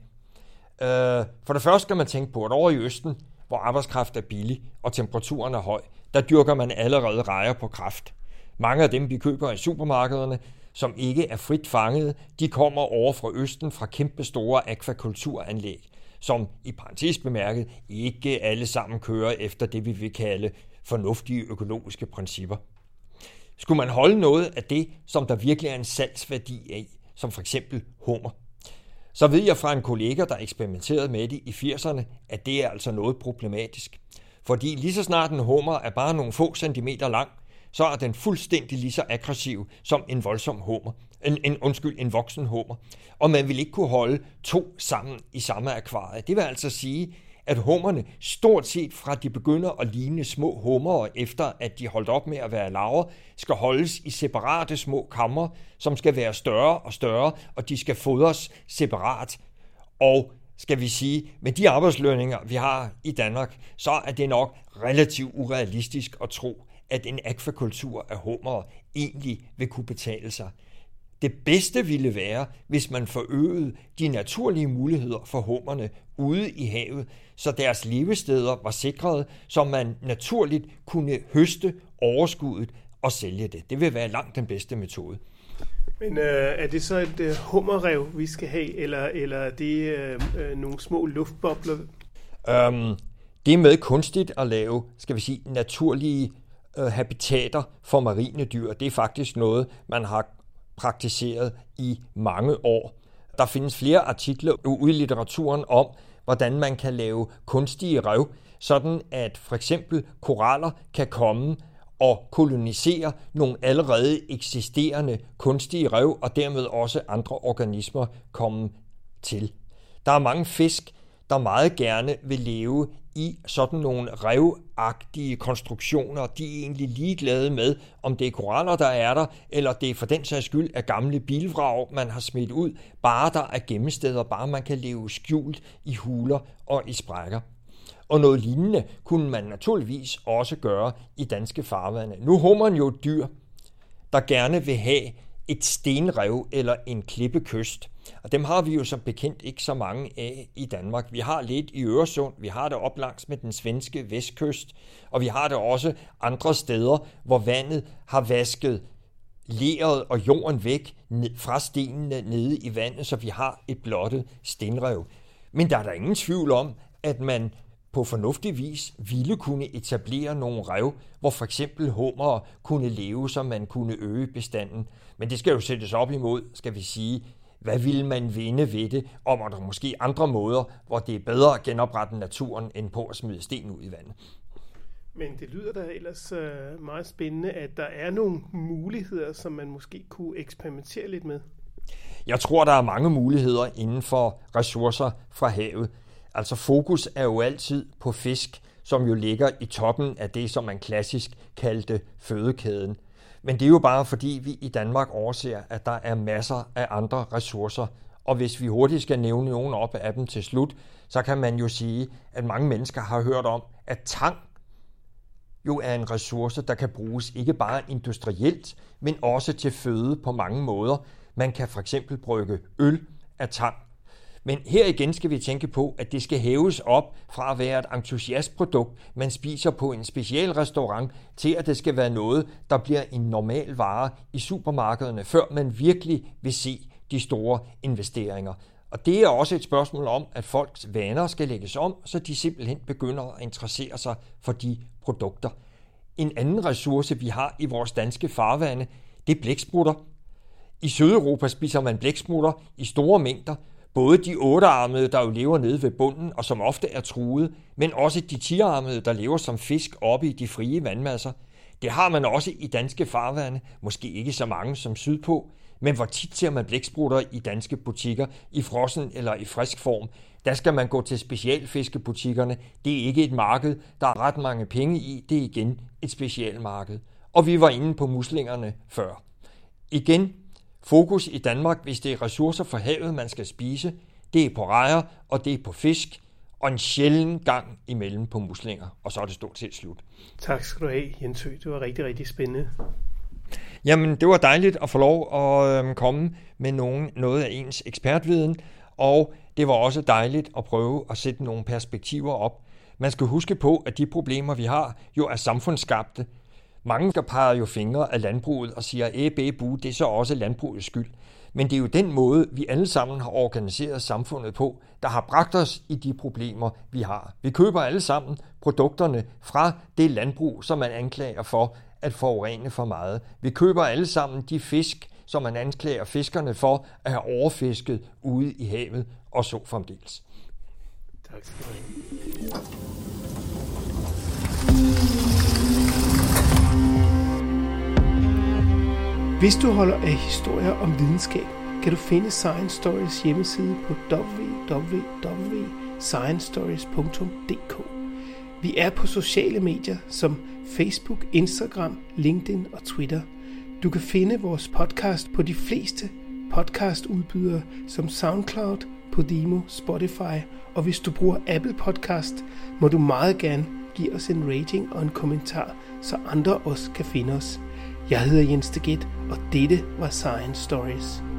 For det første skal man tænke på, at over i Østen, hvor arbejdskraft er billig og temperaturen er høj, der dyrker man allerede rejer på kraft. Mange af dem, vi køber i supermarkederne, som ikke er frit fanget, de kommer over fra Østen fra kæmpe store akvakulturanlæg, som i parentes bemærket ikke alle sammen kører efter det, vi vil kalde fornuftige økologiske principper. Skulle man holde noget af det, som der virkelig er en salgsværdi af, som for eksempel hummer, så ved jeg fra en kollega, der eksperimenterede med det i firserne, at det er altså noget problematisk. Fordi lige så snart en hummer er bare nogle få centimeter lang, så er den fuldstændig lige så aggressiv som en voldsom hummer. En, en, undskyld, en voksen hummer. Og man vil ikke kunne holde to sammen i samme akvarie. Det vil altså sige, at hummerne stort set fra de begynder at ligne små hummer, efter at de holdt op med at være larver, skal holdes i separate små kamre, som skal være større og større, og de skal fodres separat. Og skal vi sige, med de arbejdslønninger, vi har i Danmark, så er det nok relativt urealistisk at tro, at en akvakultur af hummer egentlig vil kunne betale sig. Det bedste ville være, hvis man forøgede de naturlige muligheder for hummerne ude i havet, så deres levesteder var sikrede, så man naturligt kunne høste overskuddet og sælge det. Det vil være langt den bedste metode. Men øh, er det så et øh, hummerrev, vi skal have, eller, eller er det øh, øh, nogle små luftbobler? Um, det med kunstigt at lave, skal vi sige, naturlige øh, habitater for marine dyr, det er faktisk noget, man har praktiseret i mange år. Der findes flere artikler ude i litteraturen om, hvordan man kan lave kunstige rev, sådan at for eksempel koraller kan komme og kolonisere nogle allerede eksisterende kunstige rev, og dermed også andre organismer komme til. Der er mange fisk, der meget gerne vil leve i sådan nogle revagtige konstruktioner. De er egentlig ligeglade med, om det er koraller, der er der, eller det er for den sags skyld af gamle bilvrag, man har smidt ud. Bare der er gemmesteder, bare man kan leve skjult i huler og i sprækker. Og noget lignende kunne man naturligvis også gøre i danske farvande. Nu er hummeren jo et dyr, der gerne vil have et stenrev eller en klippekyst. Og dem har vi jo som bekendt ikke så mange af i Danmark. Vi har lidt i Øresund, vi har det op langs med den svenske vestkyst, og vi har det også andre steder, hvor vandet har vasket leret og jorden væk fra stenene nede i vandet, så vi har et blottet stenrev. Men der er der ingen tvivl om, at man på fornuftig vis ville kunne etablere nogle rev, hvor for eksempel hummer kunne leve, så man kunne øge bestanden. Men det skal jo sættes op imod, skal vi sige, hvad vil man vinde ved det, om at der måske andre måder, hvor det er bedre at genoprette naturen, end på at smide sten ud i vandet. Men det lyder da ellers øh, meget spændende, at der er nogle muligheder, som man måske kunne eksperimentere lidt med. Jeg tror, der er mange muligheder inden for ressourcer fra havet. Altså fokus er jo altid på fisk, som jo ligger i toppen af det, som man klassisk kaldte fødekæden. Men det er jo bare fordi, vi i Danmark overser, at der er masser af andre ressourcer. Og hvis vi hurtigt skal nævne nogen op af dem til slut, så kan man jo sige, at mange mennesker har hørt om, at tang jo er en ressource, der kan bruges ikke bare industrielt, men også til føde på mange måder. Man kan for eksempel brygge øl af tang. Men her igen skal vi tænke på, at det skal hæves op fra at være et entusiastprodukt, man spiser på en speciel restaurant, til at det skal være noget, der bliver en normal vare i supermarkederne, før man virkelig vil se de store investeringer. Og det er også et spørgsmål om, at folks vaner skal lægges om, så de simpelthen begynder at interessere sig for de produkter. En anden ressource, vi har i vores danske farvande, det er blæksprutter. I Sydeuropa spiser man blæksprutter i store mængder, både de ottearmede, der jo lever nede ved bunden og som ofte er truede, men også de tiarmede, der lever som fisk oppe i de frie vandmasser. Det har man også i danske farvande, måske ikke så mange som sydpå, men hvor tit ser man blæksprutter i danske butikker, i frossen eller i frisk form. Der skal man gå til specialfiskebutikkerne. Det er ikke et marked, der er ret mange penge i, det er igen et specialmarked. Og vi var inde på muslingerne før. Igen, fokus i Danmark, hvis det er ressourcer fra havet, man skal spise, det er på rejer, og det er på fisk, og en sjælden gang imellem på muslinger, og så er det stort set slut. Tak skal du have, Jens Høgh. Det var rigtig, rigtig spændende. Jamen, det var dejligt at få lov at øh, komme med nogen, noget af ens ekspertviden, og det var også dejligt at prøve at sætte nogle perspektiver op. Man skal huske på, at de problemer, vi har, jo er samfundsskabte. Mange der peger jo fingre af landbruget og siger, æh, bæh, bu, det er så også landbrugets skyld. Men det er jo den måde, vi alle sammen har organiseret samfundet på, der har bragt os i de problemer, vi har. Vi køber alle sammen produkterne fra det landbrug, som man anklager for at forurene for meget. Vi køber alle sammen de fisk, som man anklager fiskerne for at have overfisket ude i havet, og så fremdeles. Tak skal du have. Hvis du holder af historier om videnskab, kan du finde Science Stories hjemmeside på w w w punktum science stories punktum d k. Vi er på sociale medier som Facebook, Instagram, LinkedIn og Twitter. Du kan finde vores podcast på de fleste podcastudbydere som SoundCloud, Podimo, Spotify, og hvis du bruger Apple Podcast, må du meget gerne give os en rating og en kommentar, så andre også kan finde os. Jeg hedder Jens Deget, og dette var Science Stories.